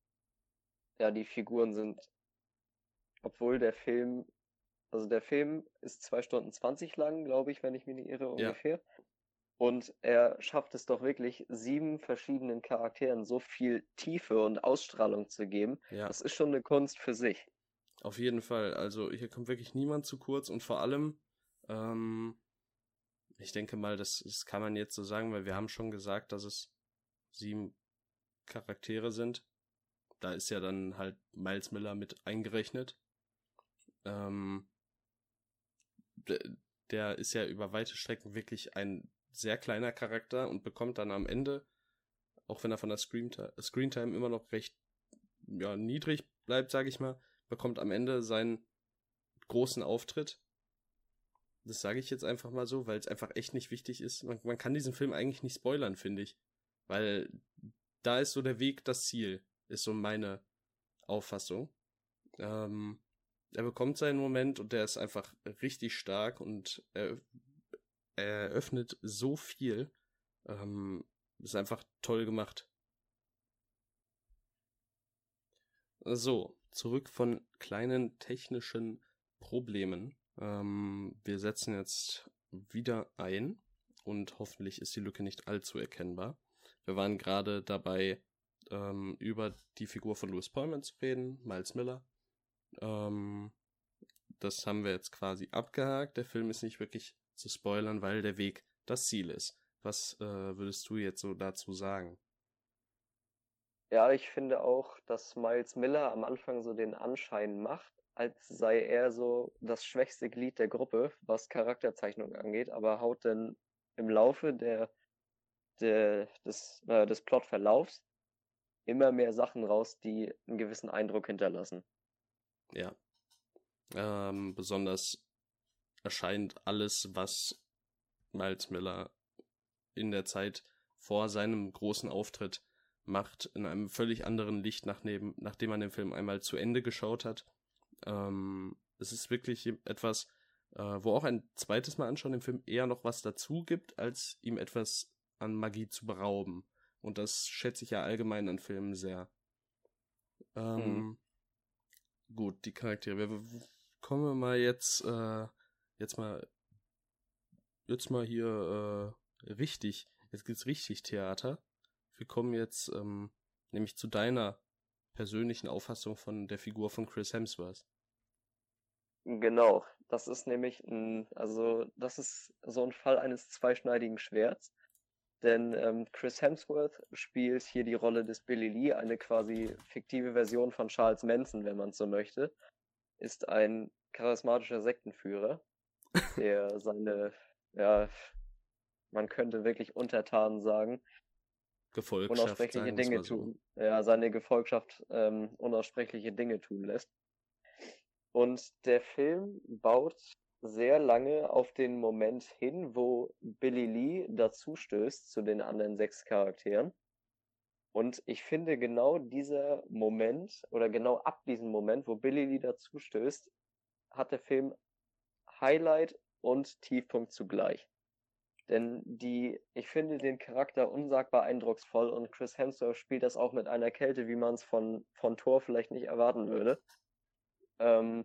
Ja, die Figuren sind, obwohl der Film, also der Film ist zwei Stunden zwanzig lang, glaube ich, wenn ich mich nicht irre, Ja, ungefähr. Und er schafft es doch wirklich, sieben verschiedenen Charakteren so viel Tiefe und Ausstrahlung zu geben. ja, Das ist schon eine Kunst für sich. auf jeden Fall. Also hier kommt wirklich niemand zu kurz und vor allem, ähm, ich denke mal, das, das kann man jetzt so sagen, weil wir haben schon gesagt, dass es sieben Charaktere sind. Da ist ja dann halt Miles Miller mit eingerechnet. Ähm, der ist ja über weite Strecken wirklich ein sehr kleiner Charakter und bekommt dann am Ende, auch wenn er von der Screentime, Screentime immer noch recht ja, niedrig bleibt, sage ich mal, bekommt am Ende seinen großen Auftritt. Das sage ich jetzt einfach mal so, weil es einfach echt nicht wichtig ist. Man, man kann diesen Film eigentlich nicht spoilern, finde ich. Weil da ist so der Weg das Ziel, ist so meine Auffassung. Ähm, er bekommt seinen Moment und der ist einfach richtig stark und er, er eröffnet so viel. Ähm, ist einfach toll gemacht. So, zurück von kleinen technischen Problemen. Ähm, wir setzen jetzt wieder ein und hoffentlich ist die Lücke nicht allzu erkennbar. Wir waren gerade dabei, ähm, über die Figur von Lewis Pullman zu reden, Miles Miller. Ähm, das haben wir jetzt quasi abgehakt. Der Film ist nicht wirklich zu spoilern, weil der Weg das Ziel ist. Was äh, würdest du jetzt so dazu sagen? Ja, ich finde auch, dass Miles Miller am Anfang so den Anschein macht, als sei er so das schwächste Glied der Gruppe, was Charakterzeichnung angeht, aber haut dann im Laufe der, der, des, äh, des Plotverlaufs immer mehr Sachen raus, die einen gewissen Eindruck hinterlassen. Ja. Ähm, besonders erscheint alles, was Miles Miller in der Zeit vor seinem großen Auftritt macht, in einem völlig anderen Licht, nachdem, nachdem man den Film einmal zu Ende geschaut hat. Ähm, es ist wirklich etwas, äh, wo auch ein zweites Mal anschauen dem Film eher noch was dazu gibt, als ihm etwas an Magie zu berauben. Und das schätze ich ja allgemein an Filmen sehr. Ähm, Mhm. Gut, die Charaktere. Wir kommen wir mal jetzt, äh, jetzt mal, jetzt mal hier äh, richtig. Jetzt gibt's richtig Theater. Wir kommen jetzt ähm, nämlich zu deiner persönlichen Auffassung von der Figur von Chris Hemsworth. Genau, das ist nämlich ein, also das ist so ein Fall eines zweischneidigen Schwerts, denn ähm, Chris Hemsworth spielt hier die Rolle des Billy Lee, eine quasi fiktive Version von Charles Manson, wenn man so möchte, ist ein charismatischer Sektenführer, der seine, ja, man könnte wirklich Untertanen sagen, Gefolgschaft, unaussprechliche sagen wir es Dinge mal so. tun, ja, seine Gefolgschaft ähm, unaussprechliche Dinge tun lässt. Und der Film baut sehr lange auf den Moment hin, wo Billy Lee dazustößt zu den anderen sechs Charakteren. Und ich finde genau dieser Moment oder genau ab diesem Moment, wo Billy Lee dazustößt, hat der Film Highlight und Tiefpunkt zugleich. Denn die, ich finde den Charakter unsagbar eindrucksvoll und Chris Hemsworth spielt das auch mit einer Kälte, wie man es von, von Thor vielleicht nicht erwarten würde. Ähm,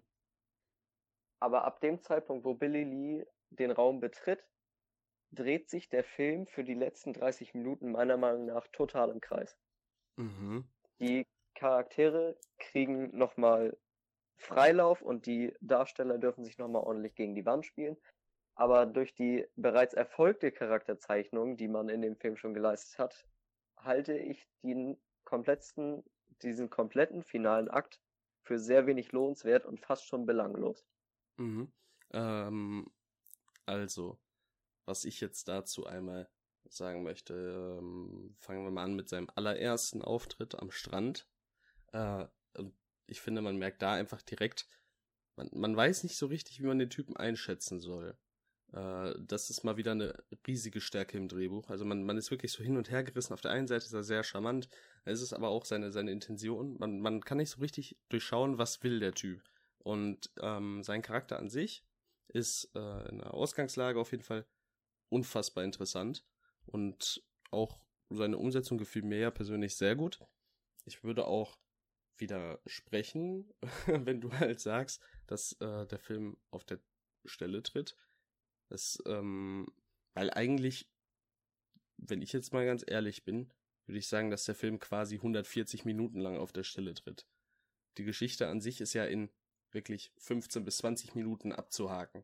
aber ab dem Zeitpunkt, wo Billy Lee den Raum betritt, dreht sich der Film für die letzten dreißig Minuten meiner Meinung nach total im Kreis. Mhm. Die Charaktere kriegen nochmal Freilauf und die Darsteller dürfen sich nochmal ordentlich gegen die Wand spielen. Aber durch die bereits erfolgte Charakterzeichnung, die man in dem Film schon geleistet hat, halte ich den kompletten, diesen kompletten finalen Akt für sehr wenig lohnenswert und fast schon belanglos. Mhm. Ähm, also, was ich jetzt dazu einmal sagen möchte, ähm, fangen wir mal an mit seinem allerersten Auftritt am Strand. Äh, ich finde, man merkt da einfach direkt, man, man weiß nicht so richtig, wie man den Typen einschätzen soll. Äh, das ist mal wieder eine riesige Stärke im Drehbuch. Also man, man ist wirklich so hin und her gerissen. Auf der einen Seite ist er sehr charmant, es ist aber auch seine, seine Intention. Man, man kann nicht so richtig durchschauen, was will der Typ. Und ähm, sein Charakter an sich ist äh, in der Ausgangslage auf jeden Fall unfassbar interessant. Und auch seine Umsetzung gefiel mir ja persönlich sehr gut. Ich würde auch widersprechen, wenn du halt sagst, dass äh, der Film auf der Stelle tritt. Das, ähm, weil eigentlich, wenn ich jetzt mal ganz ehrlich bin, würde ich sagen, dass der Film quasi hundertvierzig Minuten lang auf der Stelle tritt. Die Geschichte an sich ist ja in wirklich fünfzehn bis zwanzig Minuten abzuhaken.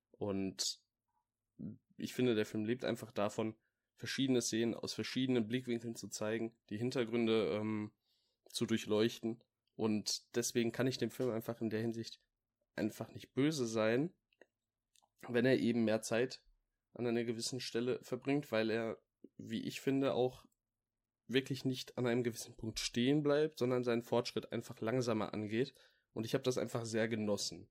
Und ich finde, der Film lebt einfach davon, verschiedene Szenen aus verschiedenen Blickwinkeln zu zeigen, die Hintergründe ähm, zu durchleuchten. Und deswegen kann ich dem Film einfach in der Hinsicht einfach nicht böse sein. wenn er eben mehr Zeit an einer gewissen Stelle verbringt, weil er, wie ich finde, auch wirklich nicht an einem gewissen Punkt stehen bleibt, sondern seinen Fortschritt einfach langsamer angeht. Und ich habe das einfach sehr genossen.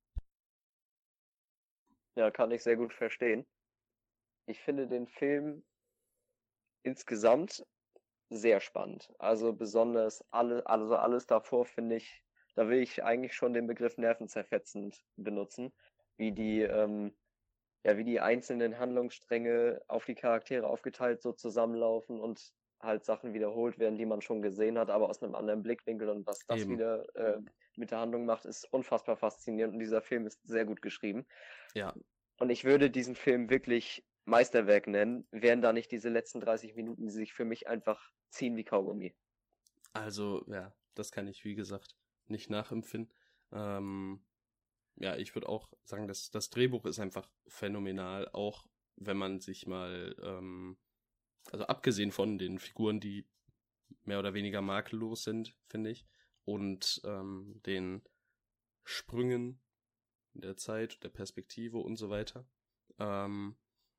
Ja, kann ich sehr gut verstehen. Ich finde den Film insgesamt sehr spannend. Also besonders alle, also alles davor finde ich, da will ich eigentlich schon den Begriff nervenzerfetzend benutzen, wie die, ähm, ja, wie die einzelnen Handlungsstränge auf die Charaktere aufgeteilt so zusammenlaufen und halt Sachen wiederholt werden, die man schon gesehen hat, aber aus einem anderen Blickwinkel, und was das Eben. wieder äh, mit der Handlung macht, ist unfassbar faszinierend, und dieser Film ist sehr gut geschrieben. Ja. Und ich würde diesen Film wirklich Meisterwerk nennen, wären da nicht diese letzten dreißig Minuten, die sich für mich einfach ziehen wie Kaugummi. Also, ja, das kann ich, wie gesagt, nicht nachempfinden. Ähm, ja, ich würde auch sagen, dass das Drehbuch ist einfach phänomenal, auch wenn man sich mal, ähm, also abgesehen von den Figuren, die mehr oder weniger makellos sind, finde ich, und ähm, den Sprüngen der Zeit, der Perspektive und so weiter. Ähm,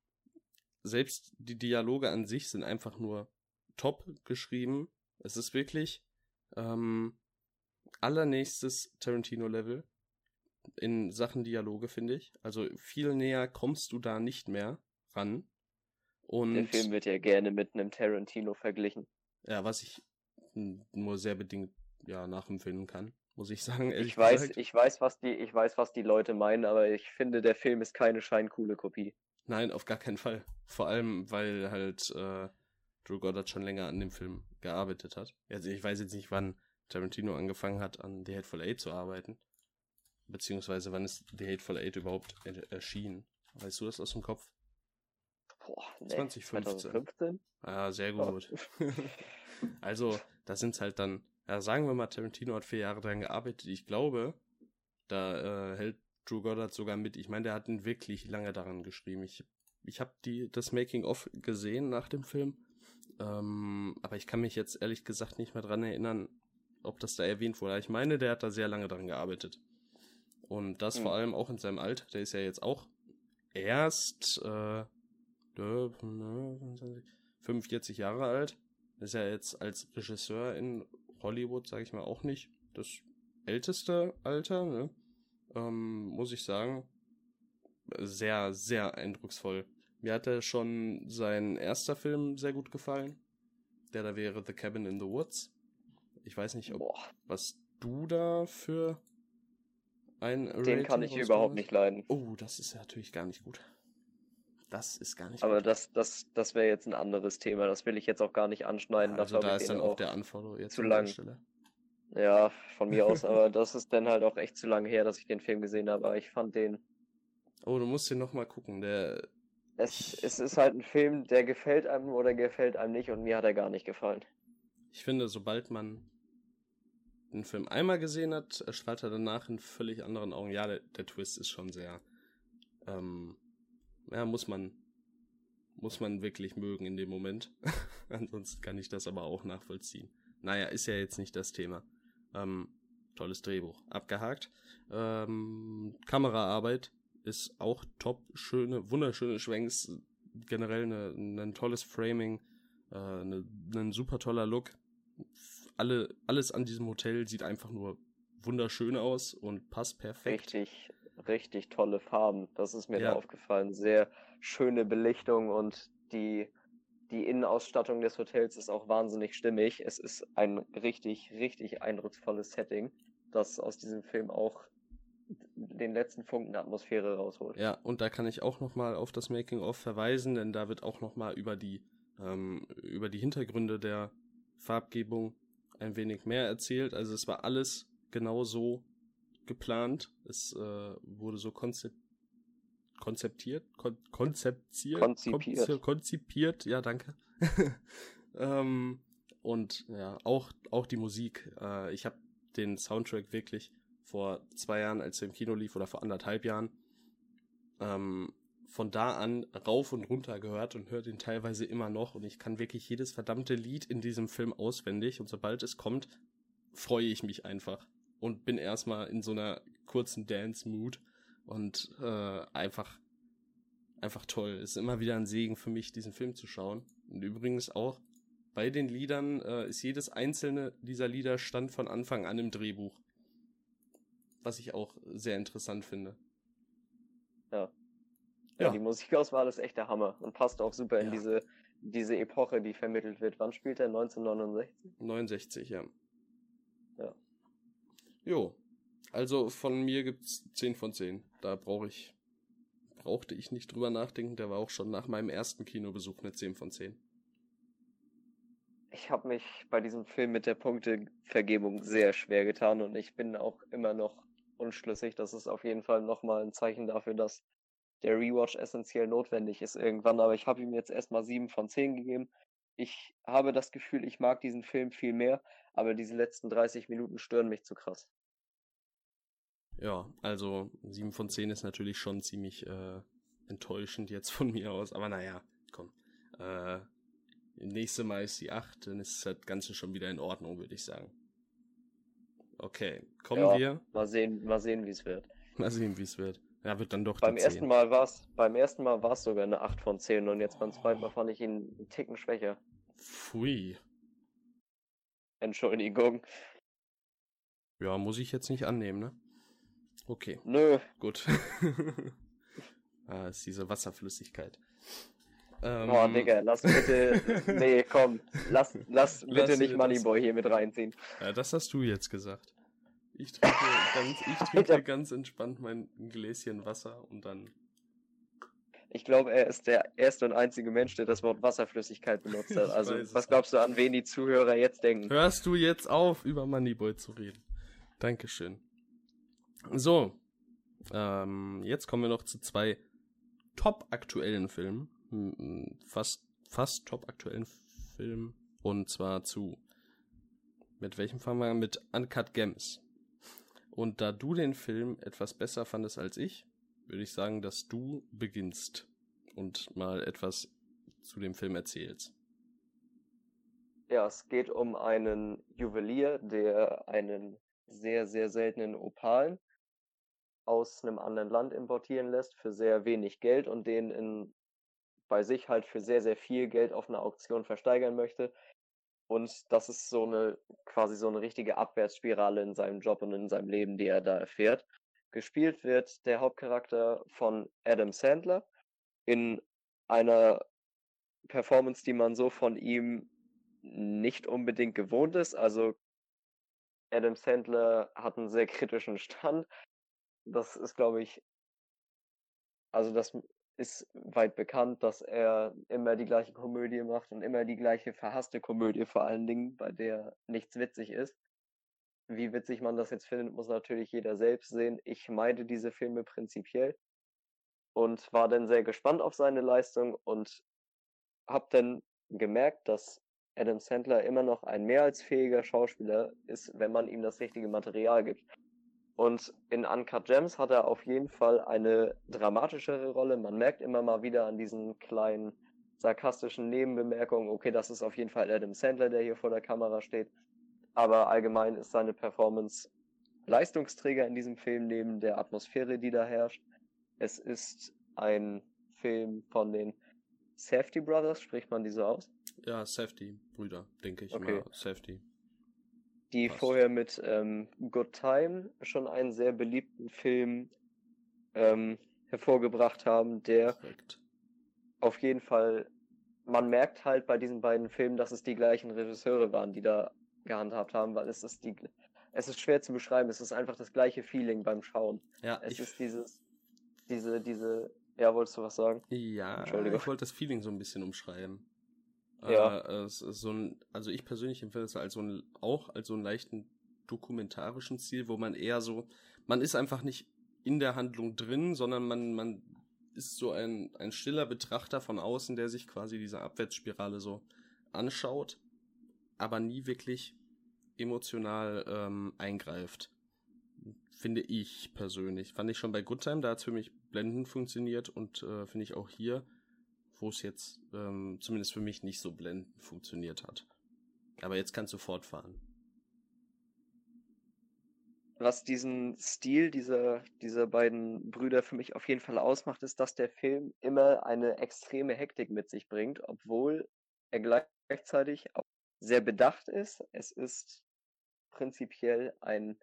selbst die Dialoge an sich sind einfach nur top geschrieben. Es ist wirklich ähm, allernächstes Tarantino-Level in Sachen Dialoge, finde ich. Also viel näher kommst du da nicht mehr ran. Und der Film wird ja gerne mit einem Tarantino verglichen. Ja, was ich nur sehr bedingt ja nachempfinden kann, muss ich sagen, ehrlich ich weiß, gesagt. Ich weiß, was die, ich weiß, was die Leute meinen, aber ich finde, der Film ist keine scheincoole Kopie. Nein, auf gar keinen Fall. Vor allem, weil halt äh, Drew Goddard schon länger an dem Film gearbeitet hat. Also ich weiß jetzt nicht, wann Tarantino angefangen hat, an The Hateful Eight zu arbeiten. Beziehungsweise wann ist The Hateful Eight überhaupt er- erschienen. Weißt du das aus dem Kopf? Boah, nee. zwanzig fünfzehn. zwanzig fünfzehn? Ah, sehr gut. Oh. Also, da sind's halt dann, ja, sagen wir mal, Tarantino hat vier Jahre dran gearbeitet. Ich glaube, da äh, hält Drew Goddard sogar mit. Ich meine, der hat ihn wirklich lange daran geschrieben. Ich, ich habe die das Making-of gesehen nach dem Film. Ähm, aber ich kann mich jetzt ehrlich gesagt nicht mehr dran erinnern, ob das da erwähnt wurde. Ich meine, der hat da sehr lange dran gearbeitet. Und das hm. vor allem auch in seinem Alter. Der ist ja jetzt auch erst äh, fünfundvierzig Jahre alt. Ist ja jetzt als Regisseur in Hollywood, sage ich mal, auch nicht das älteste Alter, ne? Ähm, muss ich sagen. Sehr, sehr eindrucksvoll. Mir hat er schon sein erster Film sehr gut gefallen. Der da wäre The Cabin in the Woods. Ich weiß nicht, ob Boah. was du da für ein Den Rating kann ich überhaupt nicht leiden. Oh, das ist ja natürlich gar nicht gut. Das ist gar nicht Aber gut. das, das, das wäre jetzt ein anderes Thema. Das will ich jetzt auch gar nicht anschneiden. Ja, also da ist dann auch der Anforderung jetzt zu lang. Stelle. Ja, von mir aus. Aber das ist dann halt auch echt zu lange her, dass ich den Film gesehen habe. Aber ich fand den... Oh, du musst den nochmal gucken. Der... Es, es ist halt ein Film, der gefällt einem oder gefällt einem nicht. Und mir hat er gar nicht gefallen. Ich finde, sobald man den Film einmal gesehen hat, erstrahlt er danach in völlig anderen Augen. Ja, der, der Twist ist schon sehr... Ähm, ja, muss man muss man wirklich mögen in dem Moment. Ansonsten kann ich das aber auch nachvollziehen. Naja, ist ja jetzt nicht das Thema. Ähm, tolles Drehbuch. Abgehakt. Ähm, Kameraarbeit ist auch top. Schöne, wunderschöne Schwenks. Generell ein tolles Framing. Äh, eine, ein super toller Look. Alle, alles an diesem Hotel sieht einfach nur wunderschön aus und passt perfekt. Richtig, richtig tolle Farben. Das ist mir ja. da aufgefallen. Sehr schöne Belichtung und die, die Innenausstattung des Hotels ist auch wahnsinnig stimmig. Es ist ein richtig, richtig eindrucksvolles Setting, das aus diesem Film auch den letzten Funken Atmosphäre rausholt. Ja, und da kann ich auch nochmal auf das Making-of verweisen, denn da wird auch nochmal über die, ähm, über die Hintergründe der Farbgebung ein wenig mehr erzählt. Also es war alles genau so geplant. Es äh, wurde so konzep- konzeptiert, kon- konzeptiert, konzipiert. Konz- konzipiert, ja, danke. ähm, und ja, auch, auch die Musik. Äh, ich habe den Soundtrack wirklich vor zwei Jahren, als er im Kino lief, oder vor anderthalb Jahren, ähm, von da an rauf und runter gehört und höre den teilweise immer noch. Und ich kann wirklich jedes verdammte Lied in diesem Film auswendig. Und sobald es kommt, freue ich mich einfach. Und bin erstmal in so einer kurzen Dance-Mood. Und äh, einfach, einfach toll. Ist immer wieder ein Segen für mich, diesen Film zu schauen. Und übrigens auch bei den Liedern äh, ist jedes einzelne dieser Lieder stand von Anfang an im Drehbuch. Was ich auch sehr interessant finde. Ja. Ja, Ja. die Musikauswahl ist echt der Hammer und passt auch super in Ja. diese, diese Epoche, die vermittelt wird. Wann spielt er? neunzehnhundertneunundsechzig? neunundsechzig, ja. Ja. Jo. Also von mir gibt's zehn von zehn. Da brauche ich, brauchte ich nicht drüber nachdenken. Der war auch schon nach meinem ersten Kinobesuch eine zehn von zehn. Ich habe mich bei diesem Film mit der Punktevergebung sehr schwer getan und ich bin auch immer noch unschlüssig. Das ist auf jeden Fall nochmal ein Zeichen dafür, dass der Rewatch essentiell notwendig ist irgendwann. Aber ich habe ihm jetzt erstmal sieben von zehn gegeben. Ich habe das Gefühl, ich mag diesen Film viel mehr, aber diese letzten dreißig Minuten stören mich zu krass. Ja, also sieben von zehn ist natürlich schon ziemlich äh, enttäuschend jetzt von mir aus. Aber naja, komm. Äh, nächste Mal ist die acht, dann ist das Ganze schon wieder in Ordnung, würde ich sagen. Okay, kommen Ja, wir. Mal sehen, mal sehen, wie es wird. Mal sehen, wie es wird. Ja, wird dann doch Beim die ersten zehn. Mal war es, beim ersten Mal war es sogar eine acht von zehn und jetzt beim zweiten Mal fand ich ihn einen Ticken schwächer. Pfui. Entschuldigung. Ja, muss ich jetzt nicht annehmen, ne? Okay, Nö, gut. Ah, ist diese Wasserflüssigkeit. Ähm, boah, Digga, lass bitte, nee, komm, lass, lass bitte Lass nicht mir Moneyboy hier mit reinziehen. Ja, das hast du jetzt gesagt. Ich trinke ganz, ich trinke ganz entspannt mein Gläschen Wasser und dann. Ich glaube, er ist der erste und einzige Mensch, der das Wort Wasserflüssigkeit benutzt hat. Ich Also, weiß es was glaubst du, an wen die Zuhörer jetzt denken? Hörst du jetzt auf, über Moneyboy zu reden? Dankeschön. So, ähm, jetzt kommen wir noch zu zwei top aktuellen Filmen. Hm, Fast, fast top aktuellen Filmen. Und zwar zu. Mit welchem fangen wir an? Mit Uncut Gems. Und da du den Film etwas besser fandest als ich, würde ich sagen, dass du beginnst und mal etwas zu dem Film erzählst. Ja, es geht um einen Juwelier, der einen sehr, sehr seltenen Opal aus einem anderen Land importieren lässt für sehr wenig Geld und den in, bei sich halt für sehr, sehr viel Geld auf einer Auktion versteigern möchte. Und das ist so eine, quasi so eine richtige Abwärtsspirale in seinem Job und in seinem Leben, die er da erfährt. Gespielt wird der Hauptcharakter von Adam Sandler in einer Performance, die man so von ihm nicht unbedingt gewohnt ist. Also Adam Sandler hat einen sehr kritischen Stand. Das ist, glaube ich, also das ist weit bekannt, dass er immer die gleiche Komödie macht und immer die gleiche verhasste Komödie vor allen Dingen, bei der nichts witzig ist. Wie witzig man das jetzt findet, muss natürlich jeder selbst sehen. Ich meide diese Filme prinzipiell und war dann sehr gespannt auf seine Leistung und habe dann gemerkt, dass Adam Sandler immer noch ein mehr als fähiger Schauspieler ist, wenn man ihm das richtige Material gibt. Und in Uncut Gems hat er auf jeden Fall eine dramatischere Rolle. Man merkt immer mal wieder an diesen kleinen sarkastischen Nebenbemerkungen, okay, das ist auf jeden Fall Adam Sandler, der hier vor der Kamera steht. Aber allgemein ist seine Performance Leistungsträger in diesem Film neben der Atmosphäre, die da herrscht. Es ist ein Film von den Safdie Brothers, spricht man die so aus? Ja, Safdie-Brüder, denke ich Okay. mal. Safdie. Die Passt. vorher mit ähm, Good Time schon einen sehr beliebten Film ähm, hervorgebracht haben, der Korrekt. auf jeden Fall, man merkt halt bei diesen beiden Filmen, dass es die gleichen Regisseure waren, die da gehandhabt haben, weil es ist die, es ist schwer zu beschreiben, es ist einfach das gleiche Feeling beim Schauen. Ja, Es ich, ist dieses, diese, diese, ja, wolltest du was sagen? ja, Entschuldigung. ich wollte das Feeling so ein bisschen umschreiben. Ja. Äh, es ist so ein, also ich persönlich empfinde es als so ein, auch als so einen leichten dokumentarischen Stil, wo man eher so, man ist einfach nicht in der Handlung drin, sondern man, man ist so ein, ein stiller Betrachter von außen, der sich quasi diese Abwärtsspirale so anschaut, aber nie wirklich emotional ähm, eingreift. Finde ich persönlich. Fand ich schon bei Good Time, da hat es für mich blendend funktioniert und äh, finde ich auch hier, wo es jetzt ähm, zumindest für mich nicht so blendend funktioniert hat. Aber jetzt kannst du fortfahren. was diesen Stil dieser, dieser beiden Brüder für mich auf jeden Fall ausmacht, ist, dass der Film immer eine extreme Hektik mit sich bringt, obwohl er gleichzeitig auch sehr bedacht ist. Es ist prinzipiell ein,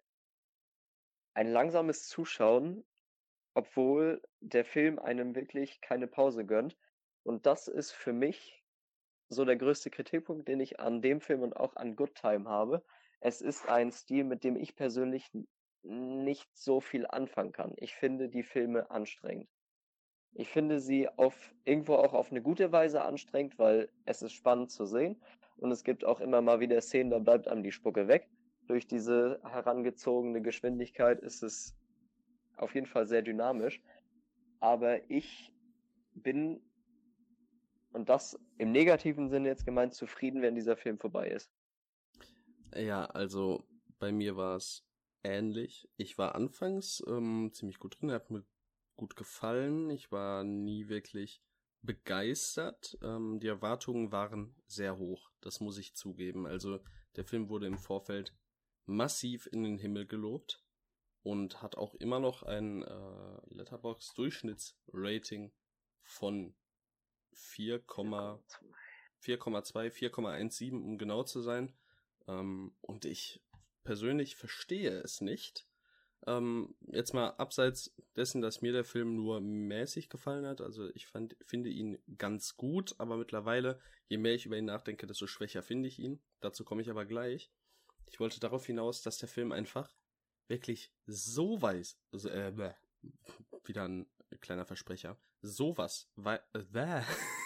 ein langsames Zuschauen, obwohl der Film einem wirklich keine Pause gönnt. Und das ist für mich so der größte Kritikpunkt, den ich an dem Film und auch an Good Time habe. Es ist ein Stil, mit dem ich persönlich n- nicht so viel anfangen kann. Ich finde die Filme anstrengend. Ich finde sie auf irgendwo auch auf eine gute Weise anstrengend, weil es ist spannend zu sehen. Und es gibt auch immer mal wieder Szenen, da bleibt einem die Spucke weg. Durch diese herangezogene Geschwindigkeit ist es auf jeden Fall sehr dynamisch. Aber ich bin, und das im negativen Sinne jetzt gemeint, zufrieden, wenn dieser Film vorbei ist. Ja, also bei mir war es ähnlich. Ich war anfangs ähm, ziemlich gut drin, er hat mir gut gefallen. Ich war nie wirklich begeistert. Ähm, die Erwartungen waren sehr hoch, das muss ich zugeben. Also der Film wurde im Vorfeld massiv in den Himmel gelobt und hat auch immer noch ein äh, Letterboxd-Durchschnittsrating von vier Komma zwei, vier Komma siebzehn, um genau zu sein. Ähm, und ich persönlich verstehe es nicht. Ähm, jetzt mal abseits dessen, dass mir der Film nur mäßig gefallen hat. Also ich fand, finde ihn ganz gut, aber mittlerweile, je mehr ich über ihn nachdenke, desto schwächer finde ich ihn. Dazu komme ich aber gleich. Ich wollte darauf hinaus, dass der Film einfach wirklich so weiß, also, äh, bäh, wieder ein kleiner Versprecher, sowas, wei- äh, bäh.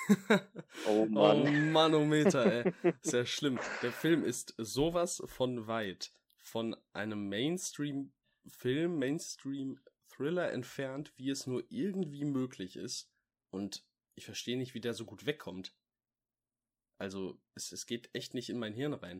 Oh Oh Mann. Manometer, ey. Ist ja schlimm. Der Film ist sowas von weit von einem Mainstream-Film, Mainstream-Thriller entfernt, wie es nur irgendwie möglich ist. Und ich verstehe nicht, wie der so gut wegkommt. Also, es, es geht echt nicht in mein Hirn rein.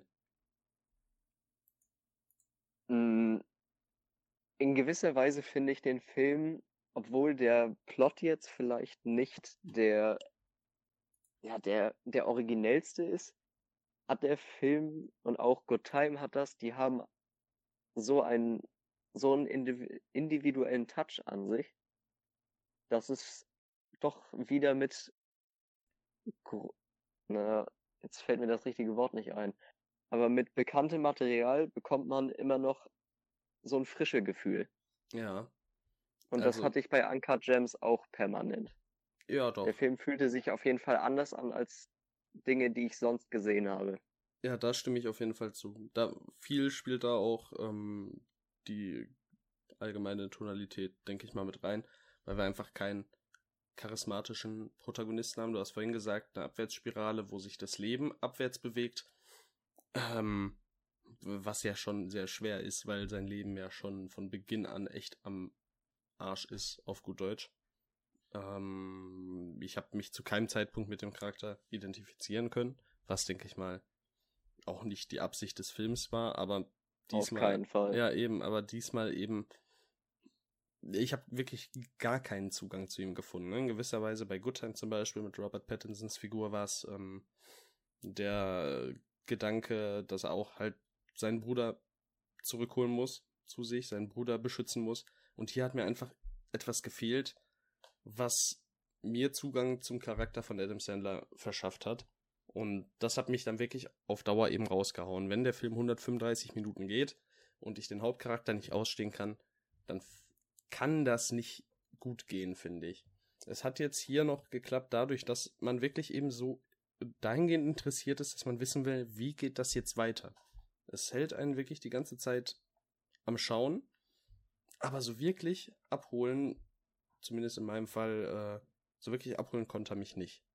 Mm, In gewisser Weise finde ich den Film, obwohl der Plot jetzt vielleicht nicht der, ja, der, der originellste ist, hat der Film und auch Good Time hat das, die haben so einen, so einen indiv- individuellen Touch an sich, dass es doch wieder mit, gro- na, jetzt fällt mir das richtige Wort nicht ein, aber mit bekanntem Material bekommt man immer noch so ein frische Gefühl. Ja, Und das also, hatte ich bei Uncut Gems auch permanent. ja Der doch. Film fühlte sich auf jeden Fall anders an als Dinge, die ich sonst gesehen habe. Ja, da stimme ich auf jeden Fall zu. Da viel spielt da auch ähm, die allgemeine Tonalität, denke ich mal, mit rein, weil wir einfach keinen charismatischen Protagonisten haben. Du hast vorhin gesagt, eine Abwärtsspirale, wo sich das Leben abwärts bewegt, ähm, was ja schon sehr schwer ist, weil sein Leben ja schon von Beginn an echt am Arsch ist, auf gut Deutsch. Ähm, ich habe mich zu keinem Zeitpunkt mit dem Charakter identifizieren können, was, denke ich mal, auch nicht die Absicht des Films war, aber Auf diesmal, keinen Fall. ja eben, aber diesmal eben, ich habe wirklich gar keinen Zugang zu ihm gefunden. Ne? In gewisser Weise bei Good Time zum Beispiel mit Robert Pattinsons Figur war es ähm, der Gedanke, dass er auch halt seinen Bruder zurückholen muss zu sich, seinen Bruder beschützen muss. Und hier hat mir einfach etwas gefehlt, was mir Zugang zum Charakter von Adam Sandler verschafft hat. Und das hat mich dann wirklich auf Dauer eben rausgehauen. Wenn der Film hundertfünfunddreißig Minuten geht und ich den Hauptcharakter nicht ausstehen kann, dann kann das nicht gut gehen, finde ich. Es hat jetzt hier noch geklappt dadurch, dass man wirklich eben so dahingehend interessiert ist, dass man wissen will, wie geht das jetzt weiter. Es hält einen wirklich die ganze Zeit am Schauen, aber so wirklich abholen, zumindest in meinem Fall, äh, so wirklich abholen konnte er mich nicht.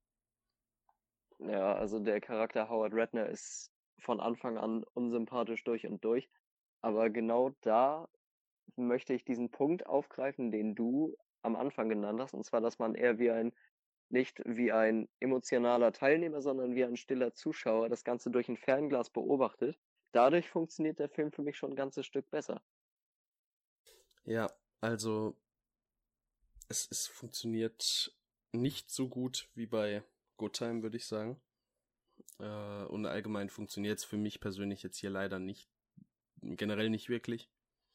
Ja, also der Charakter Howard Ratner ist von Anfang an unsympathisch durch und durch. Aber genau da möchte ich diesen Punkt aufgreifen, den du am Anfang genannt hast, und zwar, dass man eher wie ein, nicht wie ein emotionaler Teilnehmer, sondern wie ein stiller Zuschauer das Ganze durch ein Fernglas beobachtet. Dadurch funktioniert der Film für mich schon ein ganzes Stück besser. Ja, also es, es funktioniert nicht so gut wie bei Good Time, würde ich sagen. Äh, und allgemein funktioniert es für mich persönlich jetzt hier leider nicht, generell nicht wirklich.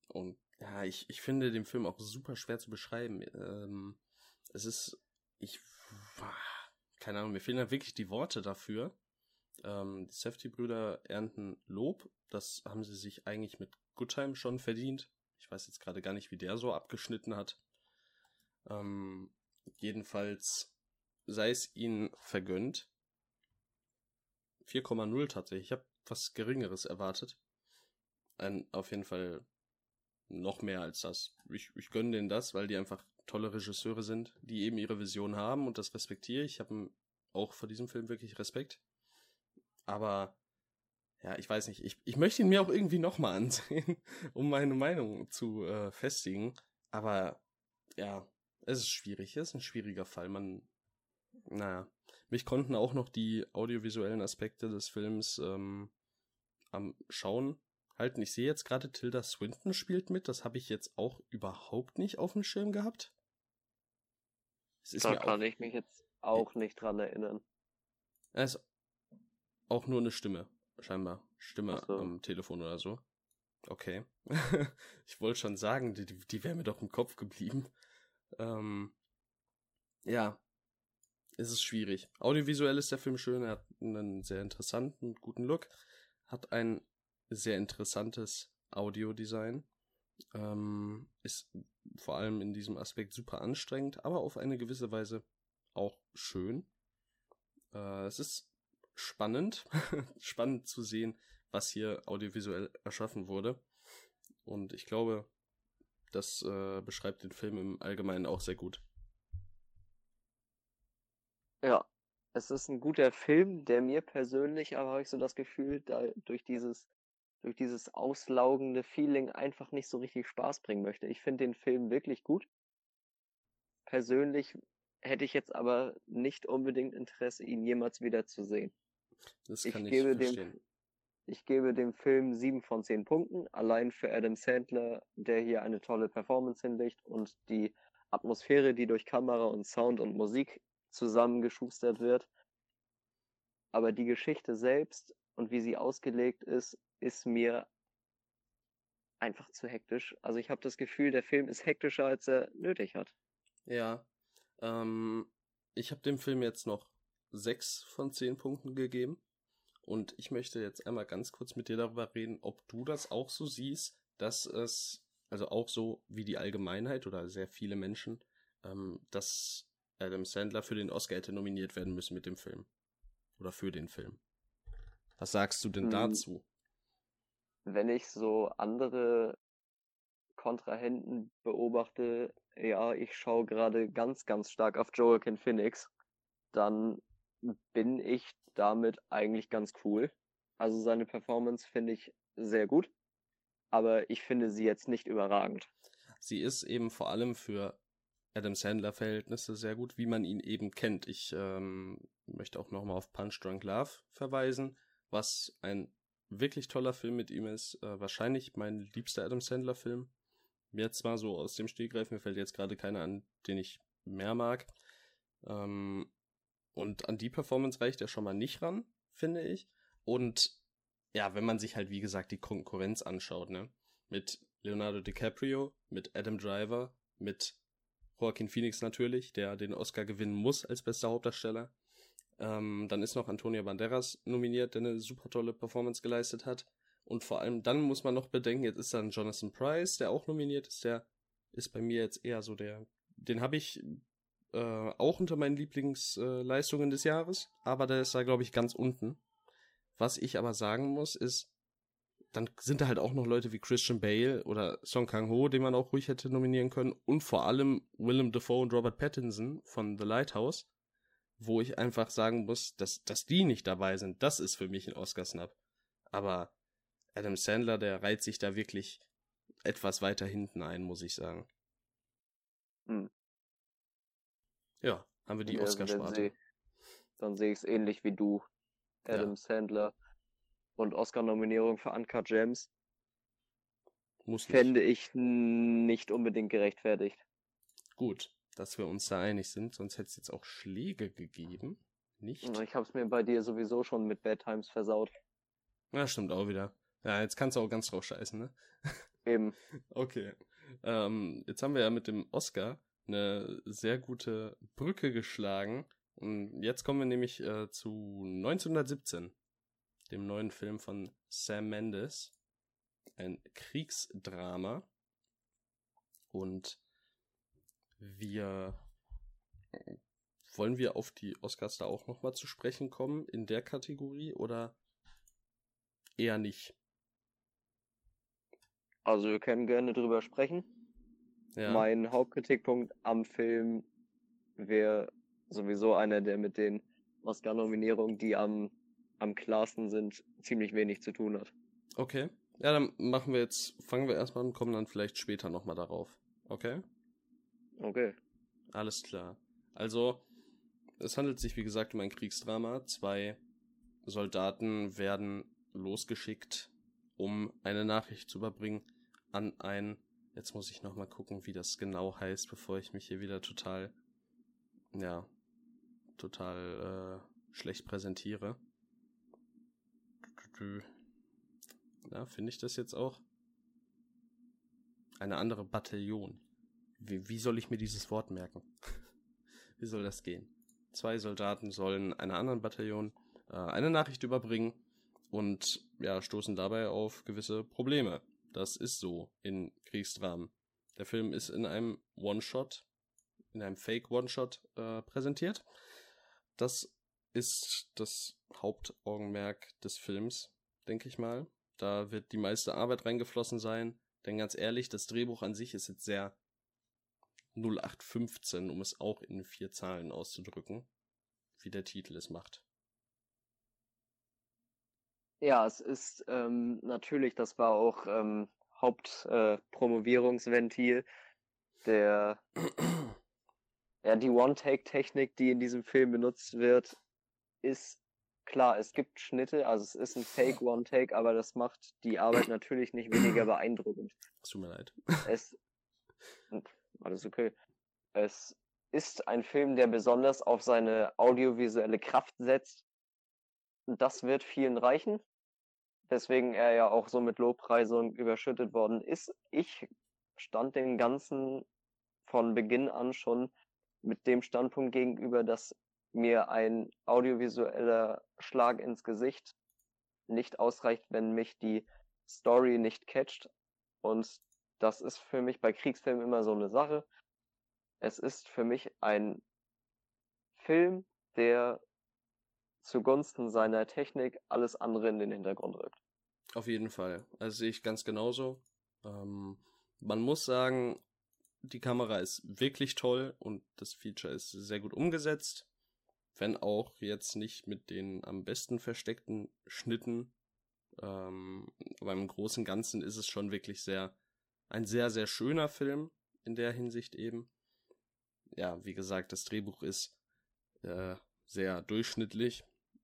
Und ja, ich, ich finde den Film auch super schwer zu beschreiben. Ähm, es ist, ich, keine Ahnung, mir fehlen da wirklich die Worte dafür. Ähm, die Safdie-Brüder ernten Lob. Das haben sie sich eigentlich mit Good Time schon verdient. Ich weiß jetzt gerade gar nicht, wie der so abgeschnitten hat. Ähm, jedenfalls sei es ihnen vergönnt. vier Komma null tatsächlich. Ich habe was Geringeres erwartet. Ein, auf jeden Fall noch mehr als das. Ich, ich gönne denen das, weil die einfach tolle Regisseure sind, die eben ihre Vision haben und das respektiere ich. Ich habe auch vor diesem Film wirklich Respekt. Aber ja, ich weiß nicht, ich, ich möchte ihn mir auch irgendwie nochmal ansehen, um meine Meinung zu äh, festigen. Aber ja, es ist schwierig, es ist ein schwieriger Fall. Man, naja, mich konnten auch noch die audiovisuellen Aspekte des Films ähm, am Schauen halten. Ich sehe jetzt gerade, Tilda Swinton spielt mit. Das habe ich jetzt auch überhaupt nicht auf dem Schirm gehabt. Es ist Da mir kann auch, ich mich jetzt auch nicht dran erinnern. es ist auch nur eine Stimme, scheinbar. Stimme Ach so. am Telefon oder so. Okay. Ich wollte schon sagen, die, die wäre mir doch im Kopf geblieben. Ähm, ja, es ist schwierig. Audiovisuell ist der Film schön, er hat einen sehr interessanten, guten Look, hat ein sehr interessantes Audiodesign, ähm, ist vor allem in diesem Aspekt super anstrengend, aber auf eine gewisse Weise auch schön. Äh, es ist spannend, spannend zu sehen, was hier audiovisuell erschaffen wurde. Und ich glaube, das äh, beschreibt den Film im Allgemeinen auch sehr gut. Ja, es ist ein guter Film, der mir persönlich, aber habe ich so das Gefühl, da durch dieses, durch dieses auslaugende Feeling einfach nicht so richtig Spaß bringen möchte. Ich finde den Film wirklich gut. Persönlich hätte ich jetzt aber nicht unbedingt Interesse, ihn jemals wieder zu sehen. Das Ich kann ich gebe dem, verstehen. ich gebe dem Film sieben von zehn Punkten, allein für Adam Sandler, der hier eine tolle Performance hinlegt und die Atmosphäre, die durch Kamera und Sound und Musik zusammengeschustert wird. Aber die Geschichte selbst und wie sie ausgelegt ist, ist mir einfach zu hektisch. Also ich habe das Gefühl, der Film ist hektischer, als er nötig hat. Ja, ähm, ich habe dem Film jetzt noch sechs von zehn Punkten gegeben. Und ich möchte jetzt einmal ganz kurz mit dir darüber reden, ob du das auch so siehst, dass es, also auch so wie die Allgemeinheit oder sehr viele Menschen, ähm, dass Adam Sandler für den Oscar hätte nominiert werden müssen mit dem Film. Oder für den Film. Was sagst du denn Hm, dazu? Wenn ich so andere Kontrahenten beobachte, ja, ich schaue gerade ganz, ganz stark auf Joaquin Phoenix, dann bin ich damit eigentlich ganz cool. Also seine Performance finde ich sehr gut, aber ich finde sie jetzt nicht überragend. Sie ist eben vor allem für Adam Sandler-Verhältnisse sehr gut, wie man ihn eben kennt. Ich ähm, möchte auch nochmal auf Punch Drunk Love verweisen, was ein wirklich toller Film mit ihm ist. Äh, wahrscheinlich mein liebster Adam Sandler-Film. Jetzt mal so aus dem Stegreif, mir fällt jetzt gerade keiner an, den ich mehr mag. Ähm, und an die Performance reicht er schon mal nicht ran, finde ich. Und ja, wenn man sich halt, wie gesagt, die Konkurrenz anschaut, ne? Mit Leonardo DiCaprio, mit Adam Driver, mit Joaquin Phoenix natürlich, der den Oscar gewinnen muss als bester Hauptdarsteller. Ähm, dann ist noch Antonio Banderas nominiert, der eine super tolle Performance geleistet hat. Und vor allem dann muss man noch bedenken, jetzt ist dann Jonathan Pryce, der auch nominiert ist, der ist bei mir jetzt eher so der, den habe ich äh, auch unter meinen Lieblingsleistungen äh, des Jahres, aber der ist da, glaube ich, ganz unten. Was ich aber sagen muss, ist, dann sind da halt auch noch Leute wie Christian Bale oder Song Kang-ho, den man auch ruhig hätte nominieren können, und vor allem Willem Dafoe und Robert Pattinson von The Lighthouse, wo ich einfach sagen muss, dass, dass die nicht dabei sind, das ist für mich ein Oscar-Snub. Aber Adam Sandler, der reiht sich da wirklich etwas weiter hinten ein, muss ich sagen. Hm. Ja, haben wir die Ja, dann Oscar-Sparte. sehe dann sehe ich es ähnlich wie du. Adam Ja, Sandler und Oscar-Nominierung für Uncut Gems muss nicht. fände ich nicht unbedingt gerechtfertigt. Gut, dass wir uns da einig sind, sonst hätte es jetzt auch Schläge gegeben. Nicht? Ich habe es mir bei dir sowieso schon mit Bad Times versaut. Ja, stimmt auch wieder. Ja, jetzt kannst du auch ganz drauf scheißen, ne? Eben. Okay. Ähm, jetzt haben wir ja mit dem Oscar eine sehr gute Brücke geschlagen. Und jetzt kommen wir nämlich äh, zu neunzehnhundertsiebzehn, dem neuen Film von Sam Mendes. Ein Kriegsdrama. Und wir wollen wir auf die Oscars da auch nochmal zu sprechen kommen in der Kategorie oder eher nicht? Also wir können gerne drüber sprechen. Ja. Mein Hauptkritikpunkt am Film wäre sowieso einer, der mit den Oscar-Nominierungen, die am, am klarsten sind, ziemlich wenig zu tun hat. Okay. Ja, dann machen wir jetzt, fangen wir erstmal an und kommen dann vielleicht später nochmal darauf. Okay? Okay. Alles klar. Also, es handelt sich wie gesagt um ein Kriegsdrama. Zwei Soldaten werden losgeschickt, um eine Nachricht zu überbringen an ein, jetzt muss ich nochmal gucken, wie das genau heißt, bevor ich mich hier wieder total, ja, total äh, schlecht präsentiere. Ja, finde ich das jetzt auch? Eine andere Bataillon. Wie, wie soll ich mir dieses Wort merken? Wie soll das gehen? Zwei Soldaten sollen einer anderen Bataillon äh, eine Nachricht überbringen und ja, stoßen dabei auf gewisse Probleme. Das ist so in Kriegsdramen. Der Film ist in einem One-Shot, in einem Fake-One-Shot äh, präsentiert. Das ist das Hauptaugenmerk des Films, denke ich mal. Da wird die meiste Arbeit reingeflossen sein. Denn ganz ehrlich, das Drehbuch an sich ist jetzt sehr null acht fünfzehn, um es auch in vier Zahlen auszudrücken, wie der Titel es macht. Ja, es ist ähm, natürlich, das war auch ähm, Hauptpromovierungsventil äh, der, ja, die One-Take-Technik, die in diesem Film benutzt wird, ist klar, es gibt Schnitte, also es ist ein Fake One-Take, aber das macht die Arbeit natürlich nicht weniger beeindruckend. Es tut mir leid. Es, alles okay. Es ist ein Film, der besonders auf seine audiovisuelle Kraft setzt. Und das wird vielen reichen, weswegen er ja auch so mit Lobpreisungen überschüttet worden ist. Ich stand dem Ganzen von Beginn an schon mit dem Standpunkt gegenüber, dass mir ein audiovisueller Schlag ins Gesicht nicht ausreicht, wenn mich die Story nicht catcht. Und das ist für mich bei Kriegsfilmen immer so eine Sache. Es ist für mich ein Film, der zugunsten seiner Technik alles andere in den Hintergrund rückt. Auf jeden Fall. Also sehe ich ganz genauso. Ähm, man muss sagen, die Kamera ist wirklich toll und das Feature ist sehr gut umgesetzt. Wenn auch jetzt nicht mit den am besten versteckten Schnitten. Ähm, aber im Großen und Ganzen ist es schon wirklich sehr, ein sehr, sehr schöner Film in der Hinsicht eben. Ja, wie gesagt, das Drehbuch ist äh, sehr durchschnittlich.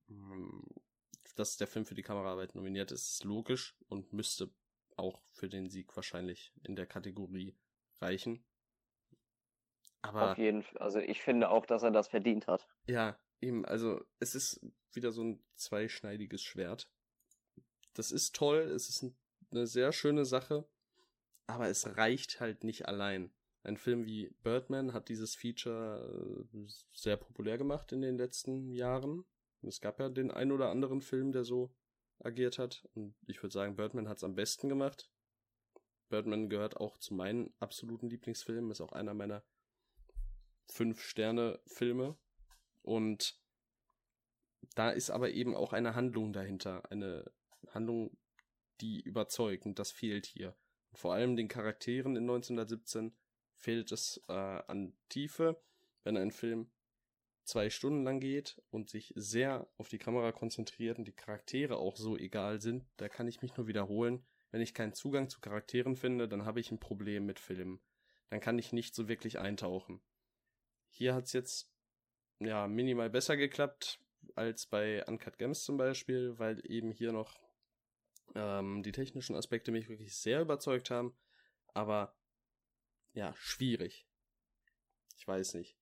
Dass der Film für die Kameraarbeit nominiert ist, ist logisch und müsste auch für den Sieg wahrscheinlich in der Kategorie reichen. Aber auf jeden Fall, also ich finde auch, dass er das verdient hat. Ja, eben, also es ist wieder so ein zweischneidiges Schwert. Das ist toll, es ist eine sehr schöne Sache, aber es reicht halt nicht allein. Ein Film wie Birdman hat dieses Feature sehr populär gemacht in den letzten Jahren. Es gab ja den ein oder anderen Film, der so agiert hat. Und ich würde sagen, Birdman hat es am besten gemacht. Birdman gehört auch zu meinen absoluten Lieblingsfilmen, ist auch einer meiner Fünf-Sterne-Filme. Und da ist aber eben auch eine Handlung dahinter. Eine Handlung, die überzeugt. Und das fehlt hier. Und vor allem den Charakteren in neunzehnhundertsiebzehn fehlt es äh, an Tiefe, wenn ein Film zwei Stunden lang geht und sich sehr auf die Kamera konzentriert und die Charaktere auch so egal sind. Da kann ich mich nur wiederholen. Wenn ich keinen Zugang zu Charakteren finde, dann habe ich ein Problem mit Filmen. Dann kann ich nicht so wirklich eintauchen. Hier hat es jetzt ja minimal besser geklappt als bei Uncut Gems zum Beispiel, weil eben hier noch ähm, die technischen Aspekte mich wirklich sehr überzeugt haben. Aber ja, schwierig. Ich weiß nicht.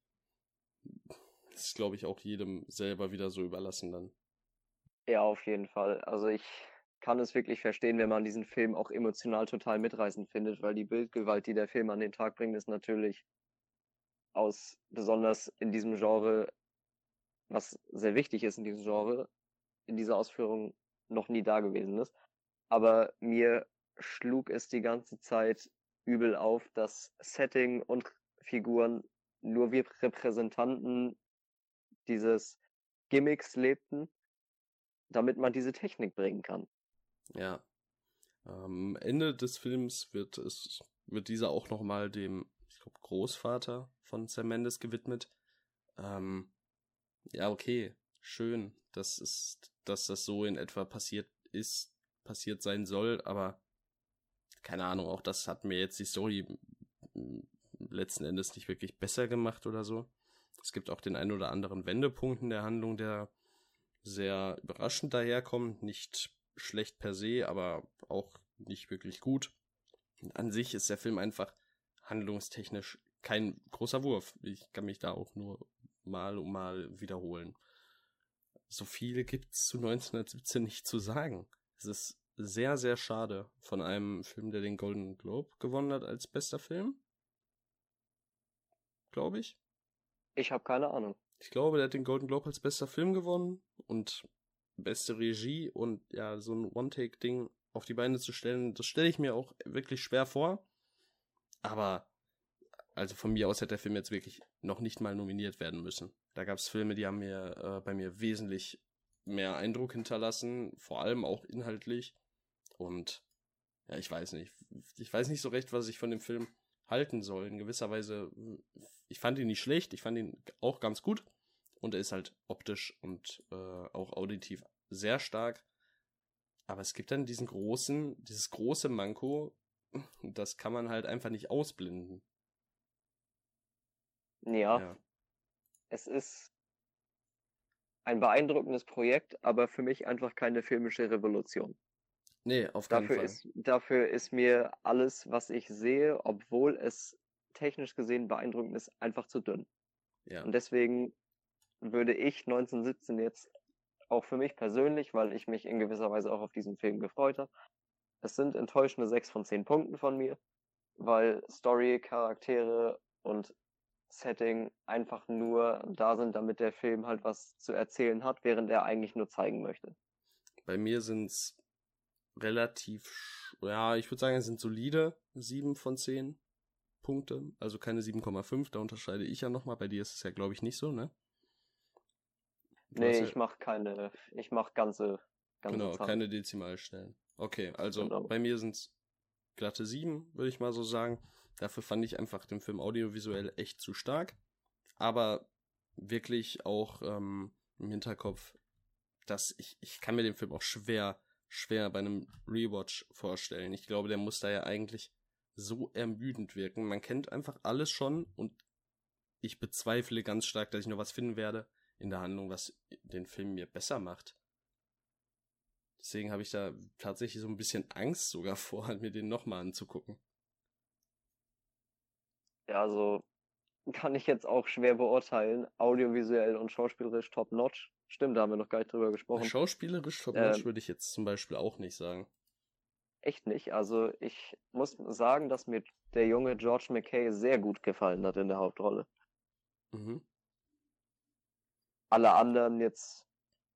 Das ist, glaube ich, auch jedem selber wieder so überlassen dann. Ja, auf jeden Fall. Also ich kann es wirklich verstehen, wenn man diesen Film auch emotional total mitreißend findet, weil die Bildgewalt, die der Film an den Tag bringt, ist natürlich aus, besonders in diesem Genre, was sehr wichtig ist in diesem Genre, in dieser Ausführung noch nie da gewesen ist. Aber mir schlug es die ganze Zeit übel auf, dass Setting und Figuren nur wie Repräsentanten dieses Gimmicks lebten, damit man diese Technik bringen kann. Ja. Am Ende des Films wird es, wird dieser auch nochmal dem, ich glaube, Großvater von Sam Mendes gewidmet. Ähm, ja, okay, schön, dass es, dass das so in etwa passiert ist, passiert sein soll, aber keine Ahnung, auch das hat mir jetzt die Story letzten Endes nicht wirklich besser gemacht oder so. Es gibt auch den einen oder anderen Wendepunkt in der Handlung, der sehr überraschend daherkommt, nicht schlecht per se, aber auch nicht wirklich gut. Und an sich ist der Film einfach handlungstechnisch kein großer Wurf. Ich kann mich da auch nur mal um mal wiederholen. So viel gibt's zu neunzehnhundertsiebzehn nicht zu sagen. Es ist sehr, sehr schade von einem Film, der den Golden Globe gewonnen hat als bester Film. Glaube ich. Ich habe keine Ahnung. Ich glaube, der hat den Golden Globe als bester Film gewonnen und beste Regie und ja, so ein One-Take-Ding auf die Beine zu stellen, das stelle ich mir auch wirklich schwer vor. Aber also von mir aus hätte der Film jetzt wirklich noch nicht mal nominiert werden müssen. Da gab es Filme, die haben mir äh, bei mir wesentlich mehr Eindruck hinterlassen, vor allem auch inhaltlich. Und ja, ich weiß nicht. Ich weiß nicht so recht, was ich von dem Film halten soll. In gewisser Weise, ich fand ihn nicht schlecht, ich fand ihn auch ganz gut. Und er ist halt optisch und äh, auch auditiv sehr stark. Aber es gibt dann diesen großen, dieses große Manko, das kann man halt einfach nicht ausblenden. Ja, Ja. es ist ein beeindruckendes Projekt, aber für mich einfach keine filmische Revolution. Nee, auf keinen Dafür Fall. ist, dafür ist mir alles, was ich sehe, obwohl es technisch gesehen beeindruckend ist, einfach zu dünn. Ja. Und deswegen würde ich neunzehnhundertsiebzehn jetzt auch für mich persönlich, weil ich mich in gewisser Weise auch auf diesen Film gefreut habe, es sind enttäuschende sechs von zehn Punkten von mir, weil Story, Charaktere und Setting einfach nur da sind, damit der Film halt was zu erzählen hat, während er eigentlich nur zeigen möchte. Bei mir sind's relativ, sch- ja, ich würde sagen, es sind solide sieben von zehn Punkte, also keine sieben Komma fünf, da unterscheide ich ja nochmal. Bei dir ist es ja, glaube ich, nicht so, ne? Du Nee, hast ja, ich mach keine, ich mach ganze, ganze genau, Zahlen. keine Dezimalstellen. Okay, also Genau. bei mir sind's glatte sieben, würde ich mal so sagen. Dafür fand ich einfach den Film audiovisuell echt zu stark. Aber wirklich auch ähm, im Hinterkopf, dass ich, ich kann mir den Film auch schwer, schwer bei einem Rewatch vorstellen. Ich glaube, der muss da ja eigentlich so ermüdend wirken. Man kennt einfach alles schon und ich bezweifle ganz stark, dass ich noch was finden werde in der Handlung, was den Film mir besser macht. Deswegen habe ich da tatsächlich so ein bisschen Angst sogar vor, mir den nochmal anzugucken. Ja, also kann ich jetzt auch schwer beurteilen. Audiovisuell und schauspielerisch top-notch. Stimmt, da haben wir noch gar nicht drüber gesprochen. Schauspielerisch top Ähm, würde ich jetzt zum Beispiel auch nicht sagen. Echt nicht. Also ich muss sagen, dass mir der junge George McKay sehr gut gefallen hat in der Hauptrolle. Mhm. Alle anderen jetzt,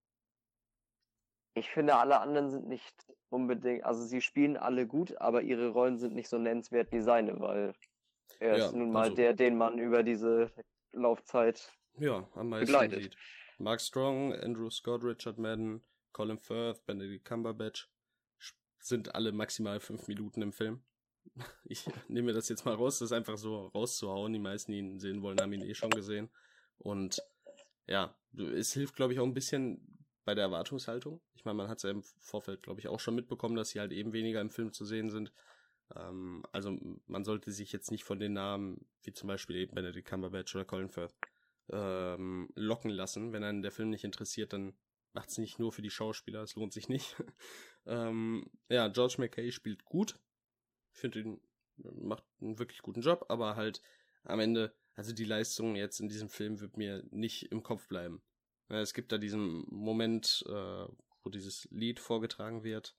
ich finde, alle anderen sind nicht unbedingt, also sie spielen alle gut, aber ihre Rollen sind nicht so nennenswert wie seine, weil er Ja, ist nun mal also, der, den man über diese Laufzeit ja, am meisten begleitet. sieht. Mark Strong, Andrew Scott, Richard Madden, Colin Firth, Benedict Cumberbatch sch- sind alle maximal fünf Minuten im Film. Ich nehme mir das jetzt mal raus, das einfach so rauszuhauen. Die meisten, die ihn sehen wollen, haben ihn eh schon gesehen. Und ja, es hilft, glaube ich, auch ein bisschen bei der Erwartungshaltung. Ich meine, man hat es ja im Vorfeld, glaube ich, auch schon mitbekommen, dass sie halt eben weniger im Film zu sehen sind. Ähm, also man sollte sich jetzt nicht von den Namen, wie zum Beispiel eben Benedict Cumberbatch oder Colin Firth, ähm, locken lassen. Wenn einen der Film nicht interessiert, dann macht es nicht nur für die Schauspieler, es lohnt sich nicht. ähm, ja, George McKay spielt gut. Ich finde ihn macht einen wirklich guten Job, aber halt am Ende, also die Leistung jetzt in diesem Film wird mir nicht im Kopf bleiben. Ja, es gibt da diesen Moment, äh, wo dieses Lied vorgetragen wird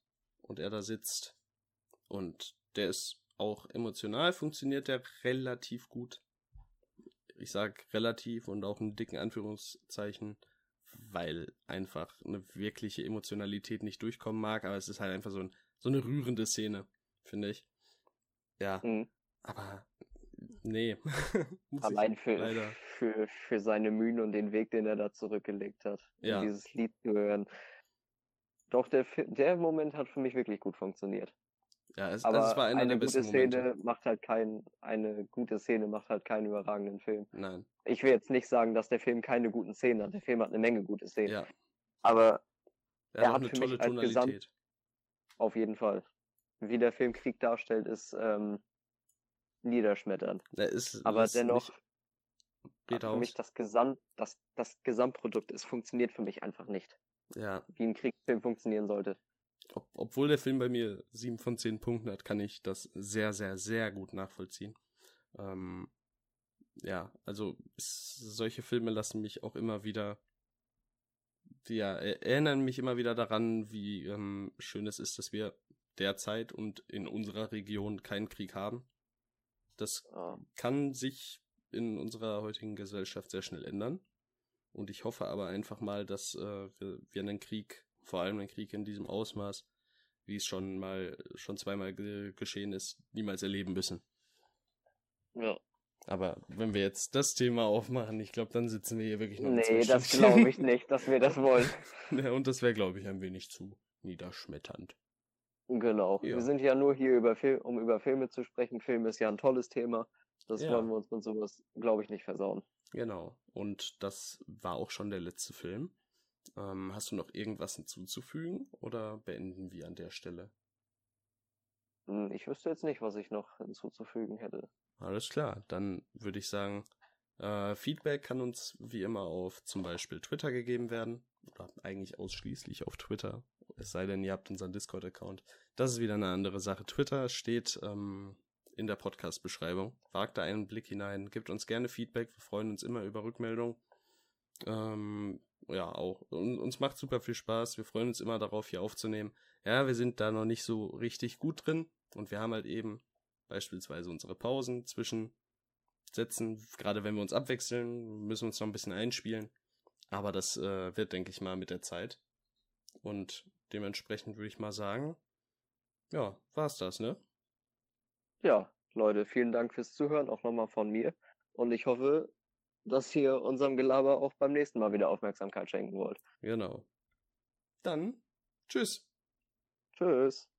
und er da sitzt. Und der ist auch emotional, funktioniert der relativ gut. Ich sag relativ und auch in dicken Anführungszeichen, weil einfach eine wirkliche Emotionalität nicht durchkommen mag, aber es ist halt einfach so, ein, so eine rührende Szene, finde ich. Ja, Mhm. aber nee. Muss Allein ich für, leider. für, für seine Mühen und den Weg, den er da zurückgelegt hat, um Ja. dieses Lied zu hören. Doch, der, Fi- der Moment hat für mich wirklich gut funktioniert. Ja, es, Aber also es war einer eine der besten gute Szene Momente. macht halt kein, eine gute Szene macht halt keinen überragenden Film. Nein. Ich will jetzt nicht sagen, dass der Film keine guten Szenen hat. Der Film hat eine Menge gute Szenen. Ja. Aber Er hat er auch hat eine für tolle mich als Gesamt Tonalität. auf jeden Fall. Wie der Film Krieg darstellt, ist ähm, niederschmetternd. Er ist, Aber ist dennoch nicht, geht für mich aus. das Gesamt, das, das Gesamtprodukt, es funktioniert für mich einfach nicht. Ja. Wie ein Kriegsfilm funktionieren sollte. Ob, obwohl der Film bei mir sieben von zehn Punkten hat, kann ich das sehr, sehr, sehr gut nachvollziehen. Ähm, ja, also es, solche Filme lassen mich auch immer wieder, die ja, erinnern mich immer wieder daran, wie ähm, schön es ist, dass wir derzeit und in unserer Region keinen Krieg haben. Das Ja. kann sich in unserer heutigen Gesellschaft sehr schnell ändern. Und ich hoffe aber einfach mal, dass äh, wir, wir einen Krieg, vor allem einen Krieg in diesem Ausmaß, wie es schon mal, schon zweimal ge- geschehen ist, niemals erleben müssen. Ja. Aber wenn wir jetzt das Thema aufmachen, ich glaube, dann sitzen wir hier wirklich noch ein Nee, das Stündchen. glaube ich nicht, dass wir das wollen. Ja, und das wäre, glaube ich, ein wenig zu niederschmetternd. Genau. Ja. Wir sind ja nur hier, über Fil um über Filme zu sprechen. Film ist ja ein tolles Thema. Das Ja. wollen wir uns mit sowas, glaube ich, nicht versauen. Genau. Und das war auch schon der letzte Film. Ähm, hast du noch irgendwas hinzuzufügen oder beenden wir an der Stelle? Hm, Ich wüsste jetzt nicht, was ich noch hinzuzufügen hätte. Alles klar, dann würde ich sagen, äh, Feedback kann uns wie immer auf zum Beispiel Twitter gegeben werden. Oder eigentlich ausschließlich auf Twitter. Es sei denn, ihr habt unseren Discord-Account. Das ist wieder eine andere Sache. Twitter steht ähm, in der Podcast-Beschreibung. Wagt da einen Blick hinein. Gebt uns gerne Feedback. Wir freuen uns immer über Rückmeldungen. Ähm, ja, auch. Und uns macht super viel Spaß. Wir freuen uns immer darauf, hier aufzunehmen. Ja, wir sind da noch nicht so richtig gut drin. Und wir haben halt eben beispielsweise unsere Pausen zwischen Sätzen. Gerade wenn wir uns abwechseln, müssen wir uns noch ein bisschen einspielen. Aber das äh, wird, denke ich mal, mit der Zeit. Und dementsprechend würde ich mal sagen, ja, war's das, ne? Ja, Leute, vielen Dank fürs Zuhören, auch nochmal von mir. Und ich hoffe, dass ihr unserem Gelaber auch beim nächsten Mal wieder Aufmerksamkeit schenken wollt. Genau. Dann, tschüss. Tschüss.